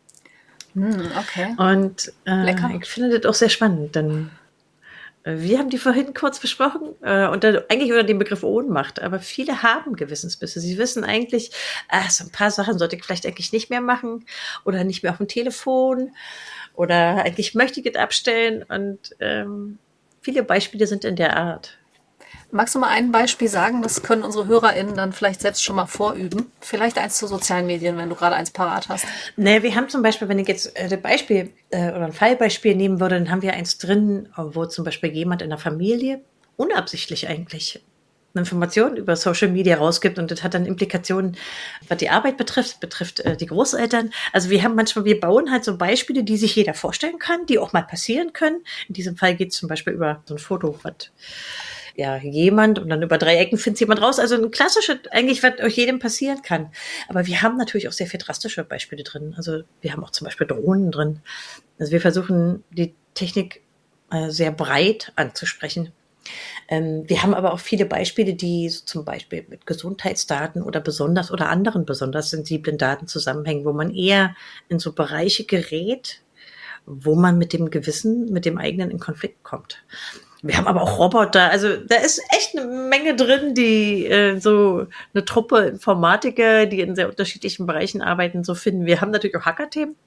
Okay. Und äh, ich finde das auch sehr spannend, denn äh, wir haben die vorhin kurz besprochen, äh, unter, eigentlich unter dem Begriff Ohnmacht, aber viele haben Gewissensbisse. Sie wissen eigentlich, ah, so ein paar Sachen sollte ich vielleicht eigentlich nicht mehr machen oder nicht mehr auf dem Telefon oder eigentlich möchte ich es abstellen und ähm, viele Beispiele sind in der Art. Magst du mal ein Beispiel sagen? Das können unsere HörerInnen dann vielleicht selbst schon mal vorüben. Vielleicht eins zu sozialen Medien, wenn du gerade eins parat hast. Ne, wir haben zum Beispiel, wenn ich jetzt äh, ein Beispiel äh, oder ein Fallbeispiel nehmen würde, dann haben wir eins drin, wo zum Beispiel jemand in der Familie unabsichtlich eigentlich eine Information über Social Media rausgibt und das hat dann Implikationen, was die Arbeit betrifft, betrifft äh, die Großeltern. Also wir haben manchmal, wir bauen halt so Beispiele, die sich jeder vorstellen kann, die auch mal passieren können. In diesem Fall geht es zum Beispiel über so ein Foto, was ja, jemand und dann über drei Ecken findet jemand raus. Also ein klassisches, eigentlich, was euch jedem passieren kann. Aber wir haben natürlich auch sehr viel drastische Beispiele drin. Also wir haben auch zum Beispiel Drohnen drin. Also wir versuchen, die Technik äh, sehr breit anzusprechen. Ähm, wir haben aber auch viele Beispiele, die so zum Beispiel mit Gesundheitsdaten oder besonders oder anderen besonders sensiblen Daten zusammenhängen, wo man eher in so Bereiche gerät, wo man mit dem Gewissen, mit dem eigenen in Konflikt kommt. Wir haben aber auch Roboter, also da ist echt eine Menge drin, die äh, so eine Truppe Informatiker, die in sehr unterschiedlichen Bereichen arbeiten, so finden. Wir haben natürlich auch Hacker-Themen,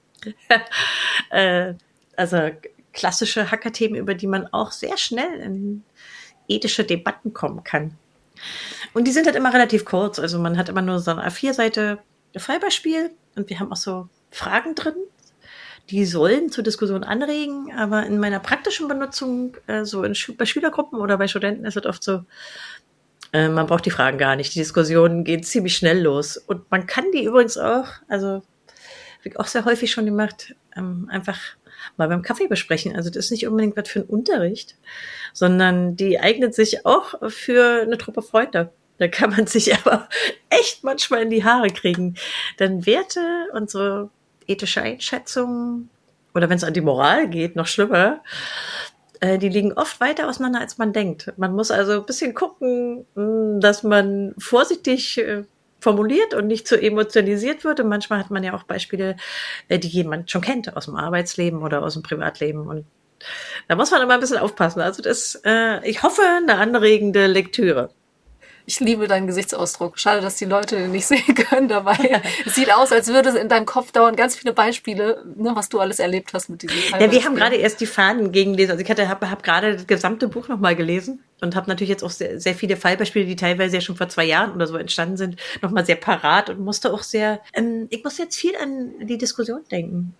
äh, also klassische Hacker-Themen, über die man auch sehr schnell in ethische Debatten kommen kann. Und die sind halt immer relativ kurz, also man hat immer nur so eine A vier Seite Fallbeispiel und wir haben auch so Fragen drin. Die sollen zur Diskussion anregen, aber in meiner praktischen Benutzung, äh, so in Schu- bei Schülergruppen oder bei Studenten ist es oft so, äh, man braucht die Fragen gar nicht. Die Diskussionen gehen ziemlich schnell los. Und man kann die übrigens auch, also habe ich auch sehr häufig schon gemacht, ähm, einfach mal beim Kaffee besprechen. Also das ist nicht unbedingt was für einen Unterricht, sondern die eignet sich auch für eine Truppe Freunde. Da kann man sich aber echt manchmal in die Haare kriegen. Denn Werte und so ethische Einschätzungen oder wenn es an die Moral geht, noch schlimmer, äh, die liegen oft weiter auseinander, als man denkt. Man muss also ein bisschen gucken, mh, dass man vorsichtig äh, formuliert und nicht zu emotionalisiert wird. Und manchmal hat man ja auch Beispiele, äh, die jemand schon kennt aus dem Arbeitsleben oder aus dem Privatleben. Und da muss man immer ein bisschen aufpassen. Also das, äh, ich hoffe, eine anregende Lektüre. Ich liebe deinen Gesichtsausdruck. Schade, dass die Leute den nicht sehen können dabei. Es sieht aus, als würde es in deinem Kopf dauern, ganz viele Beispiele, ne, was du alles erlebt hast mit diesem Fall. Ja, wir haben gerade erst die Fahnen gegengelesen. Also ich hatte, habe hab gerade das gesamte Buch nochmal gelesen und habe natürlich jetzt auch sehr, sehr viele Fallbeispiele, die teilweise ja schon vor zwei Jahren oder so entstanden sind, nochmal sehr parat und musste auch sehr, ähm, ich muss jetzt viel an die Diskussion denken.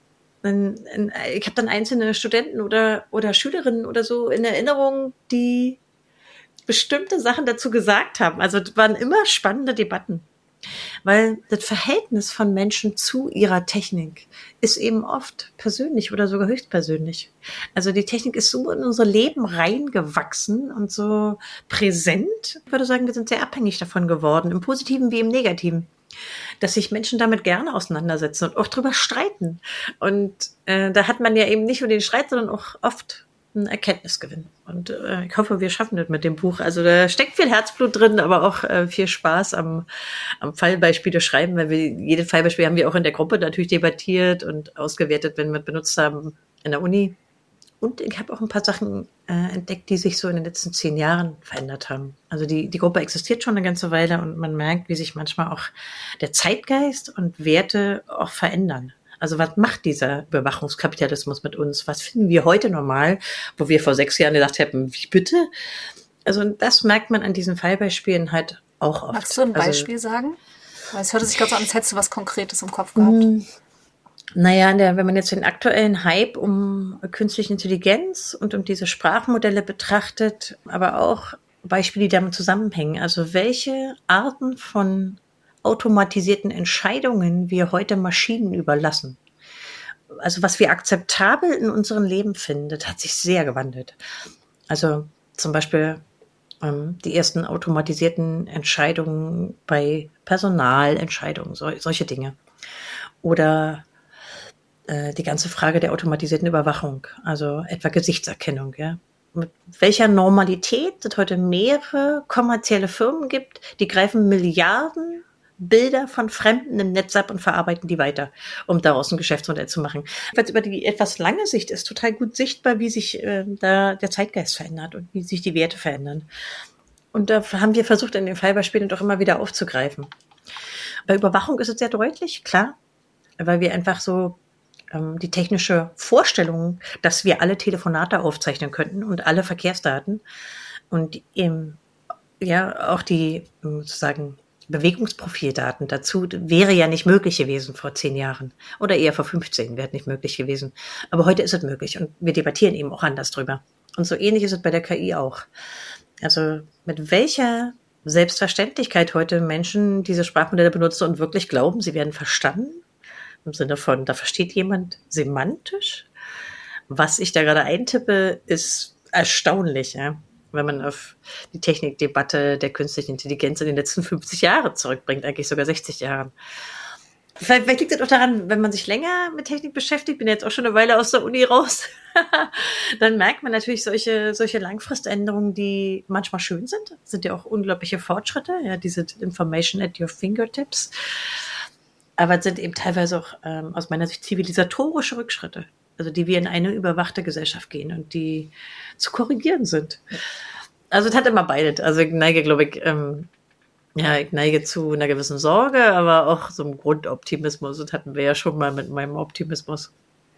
Ich habe dann einzelne Studenten oder, oder Schülerinnen oder so in Erinnerung, die bestimmte Sachen dazu gesagt haben. Also das waren immer spannende Debatten, weil das Verhältnis von Menschen zu ihrer Technik ist eben oft persönlich oder sogar höchstpersönlich. Also die Technik ist so in unser Leben reingewachsen und so präsent. Ich würde sagen, wir sind sehr abhängig davon geworden, im Positiven wie im Negativen, dass sich Menschen damit gerne auseinandersetzen und auch drüber streiten. Und äh, da hat man ja eben nicht nur den Streit, sondern auch oft ein Erkenntnisgewinn. Und äh, ich hoffe, wir schaffen das mit dem Buch. Also da steckt viel Herzblut drin, aber auch äh, viel Spaß am, am Fallbeispiele schreiben, weil wir jedes Fallbeispiel haben wir auch in der Gruppe natürlich debattiert und ausgewertet, wenn wir es benutzt haben in der Uni. Und ich habe auch ein paar Sachen äh, entdeckt, die sich so in den letzten zehn Jahren verändert haben. Also die, die Gruppe existiert schon eine ganze Weile und man merkt, wie sich manchmal auch der Zeitgeist und Werte auch verändern. Also was macht dieser Überwachungskapitalismus mit uns? Was finden wir heute normal, wo wir vor sechs Jahren gedacht hätten, wie bitte? Also das merkt man an diesen Fallbeispielen halt auch oft. Magst du ein Beispiel also, sagen? Weil es hörte sich gerade so an, als hättest du was Konkretes im Kopf gehabt. Mh, Naja, der, wenn man jetzt den aktuellen Hype um künstliche Intelligenz und um diese Sprachmodelle betrachtet, aber auch Beispiele, die damit zusammenhängen. Also welche Arten von automatisierten Entscheidungen wir heute Maschinen überlassen. Also was wir akzeptabel in unserem Leben finden, das hat sich sehr gewandelt. Also zum Beispiel ähm, die ersten automatisierten Entscheidungen bei Personalentscheidungen, so, solche Dinge. Oder die ganze Frage der automatisierten Überwachung, also etwa Gesichtserkennung, ja. Mit welcher Normalität es heute mehrere kommerzielle Firmen gibt, die greifen Milliarden Bilder von Fremden im Netz ab und verarbeiten die weiter, um daraus ein Geschäftsmodell zu machen. Weil über die etwas lange Sicht ist total gut sichtbar, wie sich äh, da der Zeitgeist verändert und wie sich die Werte verändern. Und da haben wir versucht, in den Fallbeispielen doch immer wieder aufzugreifen. Bei Überwachung ist es sehr deutlich, klar, weil wir einfach so die technische Vorstellung, dass wir alle Telefonate aufzeichnen könnten und alle Verkehrsdaten und eben, ja, auch die sozusagen Bewegungsprofildaten dazu wäre ja nicht möglich gewesen vor zehn Jahren oder eher vor fünfzehn wäre es nicht möglich gewesen. Aber heute ist es möglich und wir debattieren eben auch anders drüber. Und so ähnlich ist es bei der K I auch. Also mit welcher Selbstverständlichkeit heute Menschen diese Sprachmodelle benutzen und wirklich glauben, sie werden verstanden? Im Sinne von, da versteht jemand semantisch. Was ich da gerade eintippe, ist erstaunlich, ja? Wenn man auf die Technikdebatte der künstlichen Intelligenz in den letzten fünfzig Jahren zurückbringt, eigentlich sogar sechzig Jahren. Vielleicht, vielleicht liegt es auch daran, wenn man sich länger mit Technik beschäftigt, bin jetzt auch schon eine Weile aus der Uni raus, dann merkt man natürlich solche, solche Langfriständerungen, die manchmal schön sind, sind ja auch unglaubliche Fortschritte, ja, diese Information at your fingertips. Aber es sind eben teilweise auch ähm, aus meiner Sicht zivilisatorische Rückschritte, also die wir in eine überwachte Gesellschaft gehen und die zu korrigieren sind. Also es hat immer beides. Also ich neige, glaube ich, ähm, ja, ich neige zu einer gewissen Sorge, aber auch so einem Grundoptimismus. Das hatten wir ja schon mal mit meinem Optimismus.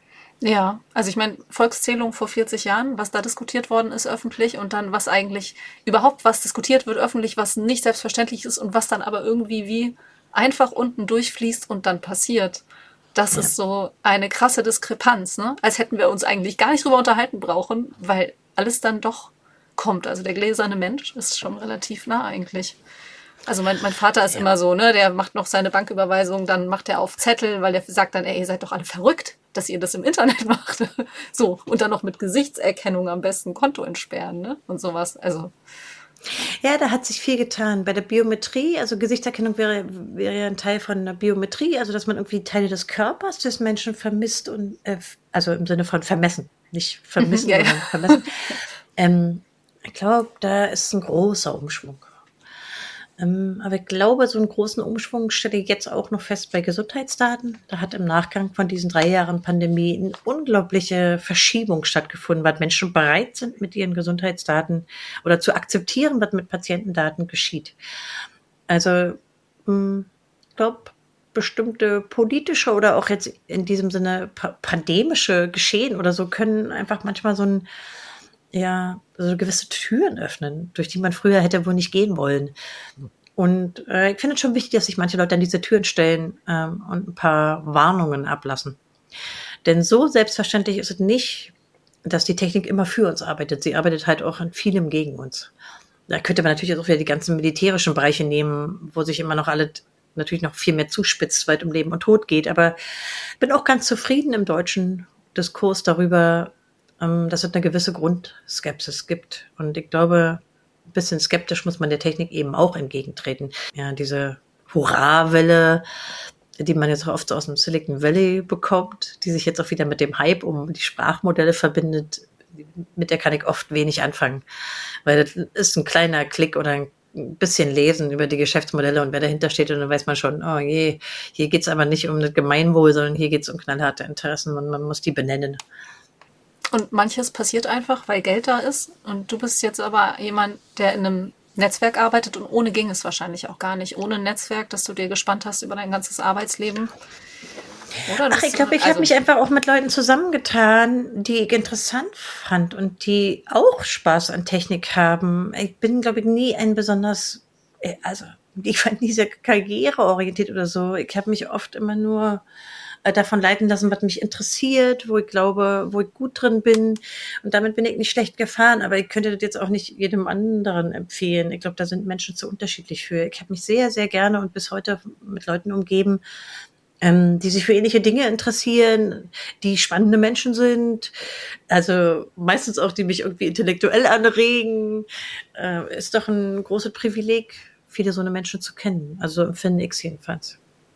Ja, also ich meine, Volkszählung vor vierzig Jahren, was da diskutiert worden ist öffentlich und dann was eigentlich überhaupt was diskutiert wird öffentlich, was nicht selbstverständlich ist und was dann aber irgendwie wie einfach unten durchfließt und dann passiert. Das ja. ist so eine krasse Diskrepanz, ne? Als hätten wir uns eigentlich gar nicht drüber unterhalten brauchen, weil alles dann doch kommt. Also der gläserne Mensch ist schon relativ nah eigentlich. Also mein, mein Vater ist ja. immer so, ne? Der macht noch seine Banküberweisung, dann macht er auf Zettel, weil der sagt dann, ey, ihr seid doch alle verrückt, dass ihr das im Internet macht. So, und dann noch mit Gesichtserkennung am besten Konto entsperren, ne? Und sowas. Also ja, da hat sich viel getan. Bei der Biometrie, also Gesichtserkennung wäre, wäre ja ein Teil von der Biometrie, also dass man irgendwie Teile des Körpers des Menschen vermisst und, äh, also im Sinne von vermessen, nicht vermissen, ja, ja. sondern vermessen. Ähm, ich glaube, da ist ein großer Umschwung. Ähm, aber ich glaube, so einen großen Umschwung stelle ich jetzt auch noch fest bei Gesundheitsdaten. Da hat im Nachgang von diesen drei Jahren Pandemie eine unglaubliche Verschiebung stattgefunden, weil Menschen bereit sind, mit ihren Gesundheitsdaten oder zu akzeptieren, was mit Patientendaten geschieht. Also ich glaube, bestimmte politische oder auch jetzt in diesem Sinne pandemische Geschehen oder so können einfach manchmal so ein ja, so gewisse Türen öffnen, durch die man früher hätte wohl nicht gehen wollen. Und äh, ich finde es schon wichtig, dass sich manche Leute an diese Türen stellen ähm, und ein paar Warnungen ablassen. Denn so selbstverständlich ist es nicht, dass die Technik immer für uns arbeitet. Sie arbeitet halt auch an vielem gegen uns. Da könnte man natürlich auch wieder die ganzen militärischen Bereiche nehmen, wo sich immer noch alle natürlich noch viel mehr zuspitzt, weil es um Leben und Tod geht. Aber ich bin auch ganz zufrieden im deutschen Diskurs darüber, dass es eine gewisse Grundskepsis gibt. Und ich glaube, ein bisschen skeptisch muss man der Technik eben auch entgegentreten. Ja, diese Hurra-Welle, die man jetzt auch oft aus dem Silicon Valley bekommt, die sich jetzt auch wieder mit dem Hype um die Sprachmodelle verbindet, mit der kann ich oft wenig anfangen, weil das ist ein kleiner Klick oder ein bisschen lesen über die Geschäftsmodelle und wer dahinter steht und dann weiß man schon, oh je, hier geht's aber nicht um das Gemeinwohl, sondern hier geht's um knallharte Interessen und man muss die benennen. Und manches passiert einfach, weil Geld da ist und du bist jetzt aber jemand, der in einem Netzwerk arbeitet und ohne ging es wahrscheinlich auch gar nicht. Ohne ein Netzwerk, das du dir gespannt hast über dein ganzes Arbeitsleben. Oder? Ach, ich glaube, ich also, habe mich einfach auch mit Leuten zusammengetan, die ich interessant fand und die auch Spaß an Technik haben. Ich bin, glaube ich, nie ein besonders, also ich war nie sehr karriereorientiert oder so. Ich habe mich oft immer nur davon leiten lassen, was mich interessiert, wo ich glaube, wo ich gut drin bin. Und damit bin ich nicht schlecht gefahren, aber ich könnte das jetzt auch nicht jedem anderen empfehlen. Ich glaube, da sind Menschen zu unterschiedlich für. Ich habe mich sehr, sehr gerne und bis heute mit Leuten umgeben, ähm, die sich für ähnliche Dinge interessieren, die spannende Menschen sind, also meistens auch, die mich irgendwie intellektuell anregen. Äh, ist doch ein großes Privileg, viele so eine Menschen zu kennen. Also empfinde ich es jedenfalls.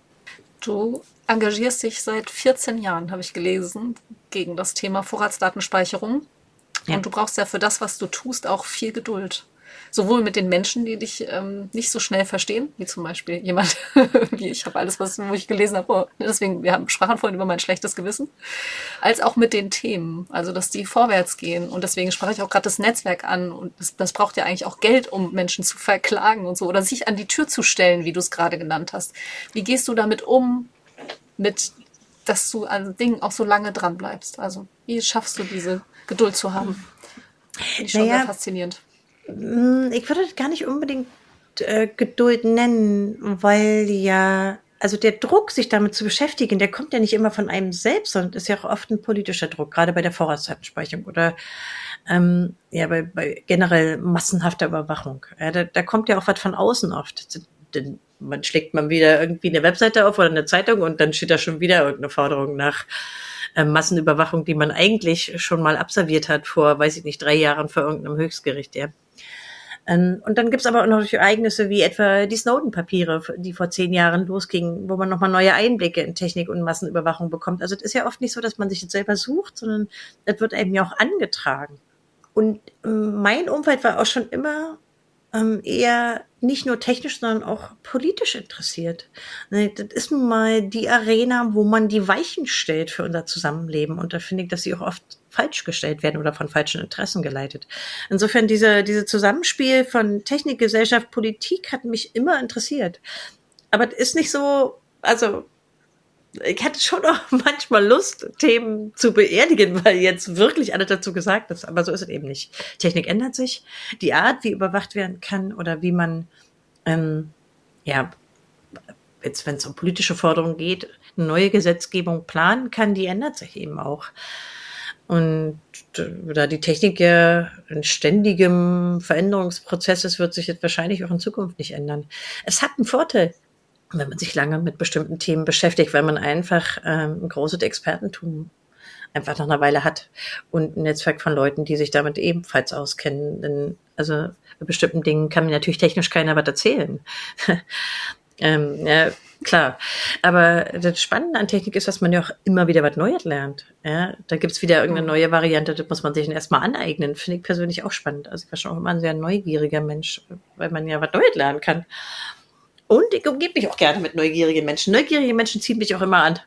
Du engagierst dich seit vierzehn Jahren, habe ich gelesen, gegen das Thema Vorratsdatenspeicherung. Ja. Und du brauchst ja für das, was du tust, auch viel Geduld. Sowohl mit den Menschen, die dich ähm, nicht so schnell verstehen, wie zum Beispiel jemand wie ich habe alles, was wo ich gelesen habe. Oh, deswegen, wir haben sprachen vorhin über mein schlechtes Gewissen, als auch mit den Themen, also dass die vorwärts gehen. Und deswegen sprach ich auch gerade das Netzwerk an. Und das, das braucht ja eigentlich auch Geld, um Menschen zu verklagen und so oder sich an die Tür zu stellen, wie du es gerade genannt hast. Wie gehst du damit um, mit, dass du an Dingen auch so lange dran bleibst? Also wie schaffst du diese Geduld zu haben? Finde ich schon naja. sehr faszinierend. Ich würde das gar nicht unbedingt äh, Geduld nennen, weil ja, also der Druck, sich damit zu beschäftigen, der kommt ja nicht immer von einem selbst, sondern ist ja auch oft ein politischer Druck, gerade bei der Vorratsdatenspeicherung oder ähm, ja, bei, bei generell massenhafter Überwachung. Ja, da, da kommt ja auch was von außen oft. Denn man schlägt mal wieder irgendwie eine Webseite auf oder eine Zeitung und dann steht da schon wieder irgendeine Forderung nach Massenüberwachung, die man eigentlich schon mal absolviert hat vor, weiß ich nicht, drei Jahren vor irgendeinem Höchstgericht, ja. Und dann gibt's aber auch noch Ereignisse wie etwa die Snowden-Papiere, die vor zehn Jahren losgingen, wo man nochmal neue Einblicke in Technik und Massenüberwachung bekommt. Also es ist ja oft nicht so, dass man sich jetzt selber sucht, sondern das wird einem ja auch angetragen. Und mein Umfeld war auch schon immer ähm, eher nicht nur technisch, sondern auch politisch interessiert. Das ist nun mal die Arena, wo man die Weichen stellt für unser Zusammenleben. Und da finde ich, dass sie auch oft falsch gestellt werden oder von falschen Interessen geleitet. Insofern diese, diese Zusammenspiel von Technik, Gesellschaft, Politik hat mich immer interessiert. Aber es ist nicht so, also ich hatte schon auch manchmal Lust, Themen zu beerdigen, weil jetzt wirklich alles dazu gesagt ist. Aber so ist es eben nicht. Technik ändert sich. Die Art, wie überwacht werden kann oder wie man, ähm, ja, jetzt wenn es um politische Forderungen geht, eine neue Gesetzgebung planen kann, die ändert sich eben auch. Und da die Technik ja in ständigem Veränderungsprozess ist, wird sich jetzt wahrscheinlich auch in Zukunft nicht ändern. Es hat einen Vorteil, wenn man sich lange mit bestimmten Themen beschäftigt, weil man einfach ähm, ein großes Expertentum einfach nach einer Weile hat und ein Netzwerk von Leuten, die sich damit ebenfalls auskennen. Denn also bei bestimmten Dingen kann mir natürlich technisch keiner was erzählen. ähm, ja, klar. Aber das Spannende an Technik ist, dass man ja auch immer wieder was Neues lernt. Ja, da gibt's wieder irgendeine neue Variante, das muss man sich dann erstmal aneignen. Finde ich persönlich auch spannend. Also ich war schon auch immer ein sehr neugieriger Mensch, weil man ja was Neues lernen kann. Und ich umgebe mich auch gerne mit neugierigen Menschen. Neugierige Menschen ziehen mich auch immer an.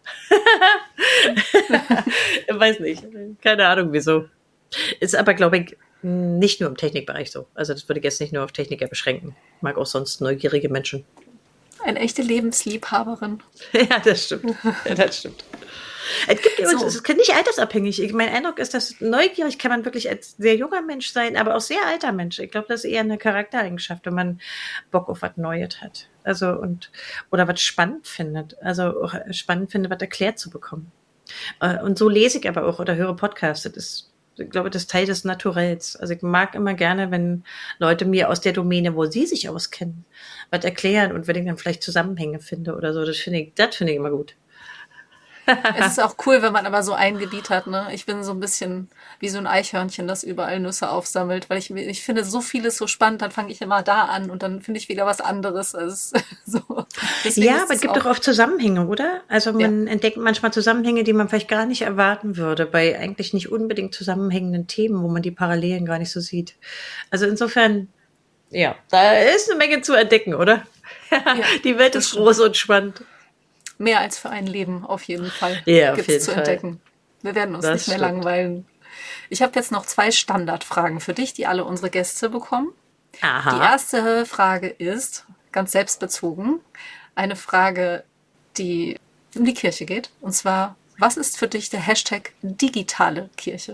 Ich weiß nicht. Keine Ahnung, wieso. Ist aber, glaube ich, nicht nur im Technikbereich so. Also das würde ich jetzt nicht nur auf Techniker beschränken. Ich mag auch sonst neugierige Menschen. Eine echte Lebensliebhaberin. Ja, das stimmt. Ja, das stimmt. Es gibt übrigens, so. Es ist nicht altersabhängig. Ich, mein Eindruck ist, dass neugierig kann man wirklich als sehr junger Mensch sein, aber auch sehr alter Mensch. Ich glaube, das ist eher eine Charaktereigenschaft, wenn man Bock auf was Neues hat. Also und oder was spannend findet. Also auch spannend findet, was erklärt zu bekommen. Und so lese ich aber auch oder höre Podcasts. Das ist, ich glaube, das ist Teil des Naturells. Also ich mag immer gerne, wenn Leute mir aus der Domäne, wo sie sich auskennen, was erklären und wenn ich dann vielleicht Zusammenhänge finde oder so. Das finde ich, das finde ich immer gut. Es ist auch cool, wenn man aber so ein Gebiet hat, ne? Ich bin so ein bisschen wie so ein Eichhörnchen, das überall Nüsse aufsammelt, weil ich, ich finde so vieles so spannend, dann fange ich immer da an und dann finde ich wieder was anderes. Also es ist so. Deswegen Ja, ist aber es es gibt auch, doch oft Zusammenhänge, oder? Also ja, man entdeckt manchmal Zusammenhänge, die man vielleicht gar nicht erwarten würde, bei eigentlich nicht unbedingt zusammenhängenden Themen, wo man die Parallelen gar nicht so sieht. Also insofern, ja, da ist eine Menge zu entdecken, oder? ja, Die Welt das ist stimmt. groß und spannend. Mehr als für ein Leben auf jeden Fall Ja, auf gibt's jeden zu Fall. entdecken. Wir werden uns nicht Das mehr stimmt. langweilen. Ich habe jetzt noch zwei Standardfragen für dich, die alle unsere Gäste bekommen. Die Aha. erste Frage ist ganz selbstbezogen. Eine Frage, die um die Kirche geht. Und zwar, was ist für dich der Hashtag digitale Kirche?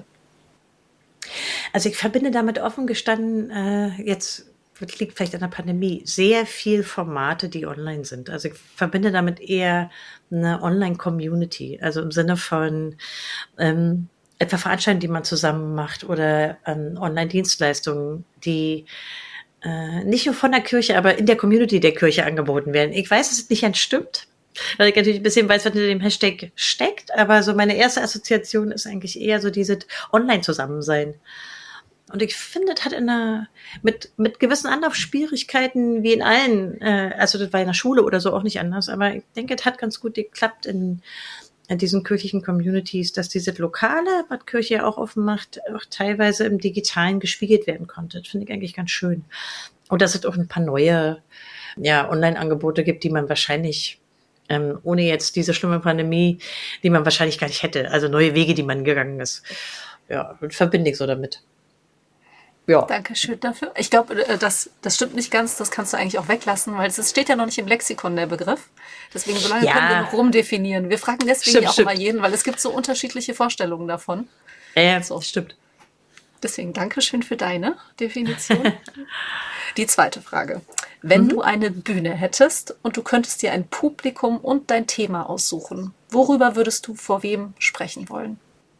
Also ich verbinde damit offen gestanden, äh, jetzt das liegt vielleicht an der Pandemie, sehr viel Formate, die online sind. Also ich verbinde damit eher eine Online-Community, also im Sinne von ähm, etwa Veranstaltungen, die man zusammen macht oder ähm, Online-Dienstleistungen, die äh, nicht nur von der Kirche, aber in der Community der Kirche angeboten werden. Ich weiß, dass es nicht ganz stimmt, weil ich natürlich ein bisschen weiß, was hinter dem Hashtag steckt, aber so meine erste Assoziation ist eigentlich eher so dieses Online-Zusammensein. Und ich finde, das hat in einer, mit, mit gewissen Anlaufschwierigkeiten wie in allen, äh, also das war in der Schule oder so auch nicht anders, aber ich denke, es hat ganz gut geklappt in, in diesen kirchlichen Communities, dass dieses Lokale, was Kirche ja auch offen macht, auch teilweise im Digitalen gespiegelt werden konnte. Das finde ich eigentlich ganz schön. Und dass es auch ein paar neue, ja, Online-Angebote gibt, die man wahrscheinlich, ähm, ohne jetzt diese schlimme Pandemie, die man wahrscheinlich gar nicht hätte. Also neue Wege, die man gegangen ist. Ja, das verbinde ich so damit. Ja. Dankeschön dafür. Ich glaube, äh, das, das stimmt nicht ganz. Das kannst du eigentlich auch weglassen, weil es es steht ja noch nicht im Lexikon, der Begriff. Deswegen, so lange können wir Ja, noch rumdefinieren. Wir fragen deswegen stimmt, ja auch immer stimmt. jeden, weil es gibt so unterschiedliche Vorstellungen davon. Ja, So, stimmt. deswegen Dankeschön für deine Definition. Die zweite Frage. Wenn Mhm. du eine Bühne hättest und du könntest dir ein Publikum und dein Thema aussuchen, worüber würdest du vor wem sprechen wollen?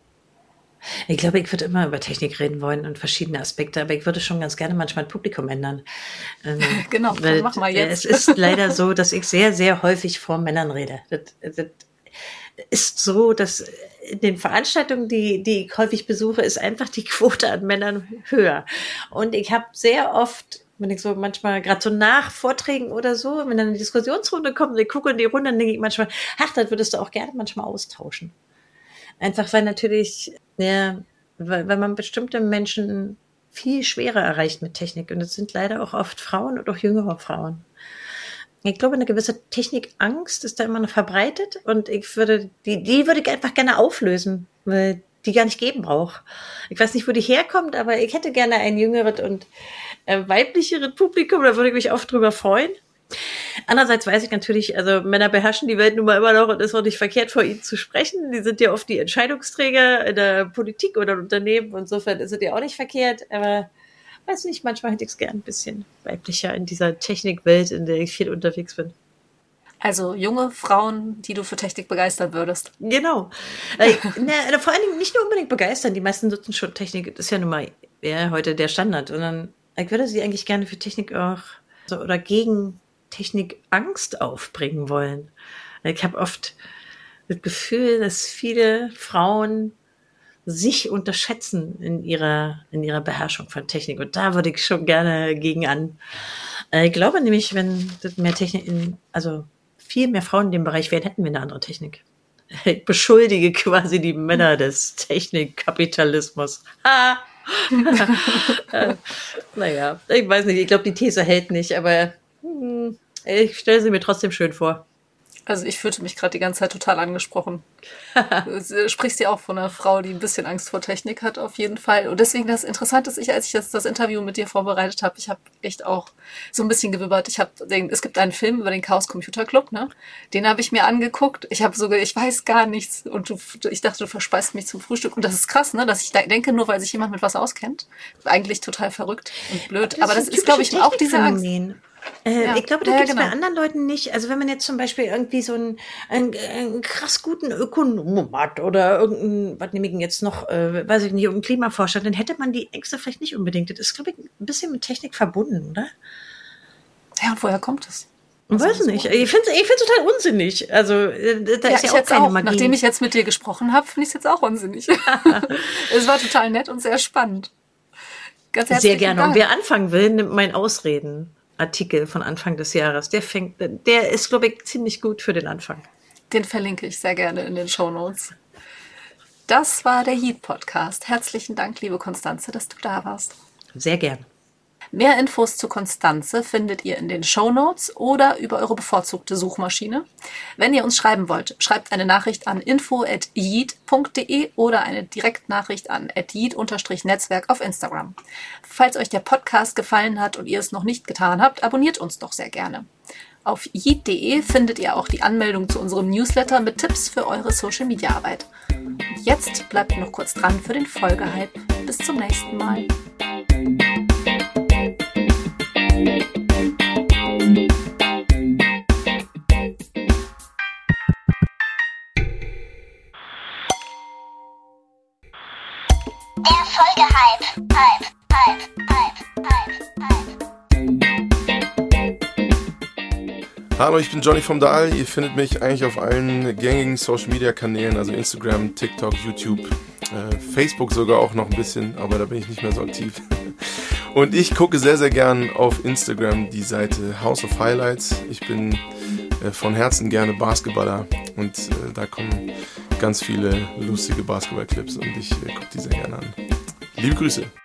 Ich glaube, ich würde immer über Technik reden wollen und verschiedene Aspekte, aber ich würde schon ganz gerne manchmal ein Publikum ändern. Ähm, Genau, dann weil mach mal äh, es jetzt. ist leider so, dass ich sehr, sehr häufig vor Männern rede. Das, das ist so, dass in den Veranstaltungen, die, die ich häufig besuche, ist einfach die Quote an Männern höher. Und ich habe sehr oft, wenn ich so manchmal gerade so nach Vorträgen oder so, wenn dann eine Diskussionsrunde kommt und ich gucke in die Runde, dann denke ich manchmal, ach, das würdest du auch gerne manchmal austauschen. Einfach weil natürlich, ja, weil, weil man bestimmte Menschen viel schwerer erreicht mit Technik. Und es sind leider auch oft Frauen und auch jüngere Frauen. Ich glaube, eine gewisse Technikangst ist da immer noch verbreitet und ich würde, die, die würde ich einfach gerne auflösen, weil die gar nicht geben braucht. Ich weiß nicht, wo die herkommt, aber ich hätte gerne ein jüngeres und äh, weiblicheres Publikum, da würde ich mich oft drüber freuen. Andererseits weiß ich natürlich, also Männer beherrschen die Welt nun mal immer noch und es ist auch nicht verkehrt, vor ihnen zu sprechen. Die sind ja oft die Entscheidungsträger in der Politik oder in Unternehmen. Insofern ist es ja auch nicht verkehrt. Aber weiß nicht, manchmal hätte ich es gern ein bisschen weiblicher in dieser Technikwelt, in der ich viel unterwegs bin. Also junge Frauen, die du für Technik begeistern würdest. Genau. Äh, na, vor allen Dingen nicht nur unbedingt begeistern. Die meisten nutzen schon Technik. Das ist ja nun mal ja, heute der Standard. Sondern ich würde sie eigentlich gerne für Technik auch so, oder gegen Technik Angst aufbringen wollen. Ich habe oft das Gefühl, dass viele Frauen sich unterschätzen in ihrer, in ihrer Beherrschung von Technik. Und da würde ich schon gerne gegen an. Ich glaube nämlich, wenn das mehr Technik in, also viel mehr Frauen in dem Bereich wären, hätten wir eine andere Technik. Ich beschuldige quasi die Männer des Technikkapitalismus. Ha! Naja, ich weiß nicht, ich glaube, die These hält nicht, aber hm, ich stelle sie mir trotzdem schön vor. Also ich fühlte mich gerade die ganze Zeit total angesprochen. Du sprichst ja auch von einer Frau, die ein bisschen Angst vor Technik hat, auf jeden Fall. Und deswegen das Interessante ist, ich, als ich das, das Interview mit dir vorbereitet habe, ich habe echt auch so ein bisschen gewibbert. Ich habe den, es gibt einen Film über den Chaos Computer Club, ne? Den habe ich mir angeguckt. Ich habe sogar, ich weiß gar nichts. Und du, ich dachte, du verspeist mich zum Frühstück. Und das ist krass, ne? Dass ich denke, nur weil sich jemand mit was auskennt. Eigentlich total verrückt und blöd. Aber das ist, glaube ich, auch diese Angst. Äh, Ja, ich glaube, da ja, gibt es genau. bei anderen Leuten nicht. Also wenn man jetzt zum Beispiel irgendwie so einen, einen, einen krass guten Ökonom hat oder irgendein, was nehme ich denn jetzt noch, äh, weiß ich nicht, irgendein Klimaforscher, dann hätte man die Ängste vielleicht nicht unbedingt. Das ist, glaube ich, ein bisschen mit Technik verbunden, oder? Ja, und woher kommt es? Also weiß nicht. Ich finde es ich find's total unsinnig. Also, da ja, ist ja ich auch keine auch, Magie. Nachdem ich jetzt mit dir gesprochen habe, finde ich es jetzt auch unsinnig. Es war total nett und sehr spannend. Ganz Sehr gerne. Dank. Und wer anfangen will, nimmt mein Ausreden-Artikel von Anfang des Jahres. Der fängt, der ist, glaube ich, ziemlich gut für den Anfang. Den verlinke ich sehr gerne in den Shownotes. Das war der Heat-Podcast. Herzlichen Dank, liebe Konstanze, dass du da warst. Sehr gern. Mehr Infos zu Konstanze findet ihr in den Shownotes oder über eure bevorzugte Suchmaschine. Wenn ihr uns schreiben wollt, schreibt eine Nachricht an info at yeet punkt de oder eine Direktnachricht an at yeet-netzwerk auf Instagram. Falls euch der Podcast gefallen hat und ihr es noch nicht getan habt, abonniert uns doch sehr gerne. Auf yeet punkt de findet ihr auch die Anmeldung zu unserem Newsletter mit Tipps für eure Social-Media-Arbeit. Und jetzt bleibt noch kurz dran für den Folgehype. Bis zum nächsten Mal. Der Folgehype. Hype, Hype, Hype, Hype, Hype. Hallo, ich bin Johnny vom Dahl. Ihr findet mich eigentlich auf allen gängigen Social-Media-Kanälen, also Instagram, TikTok, YouTube, äh, Facebook sogar auch noch ein bisschen, aber da bin ich nicht mehr so aktiv. Und ich gucke sehr, sehr gern auf Instagram die Seite House of Highlights. Ich bin äh, von Herzen gerne Basketballer und äh, da kommen ganz viele lustige Basketball-Clips und ich äh, gucke die sehr gerne an. Liebe Grüße!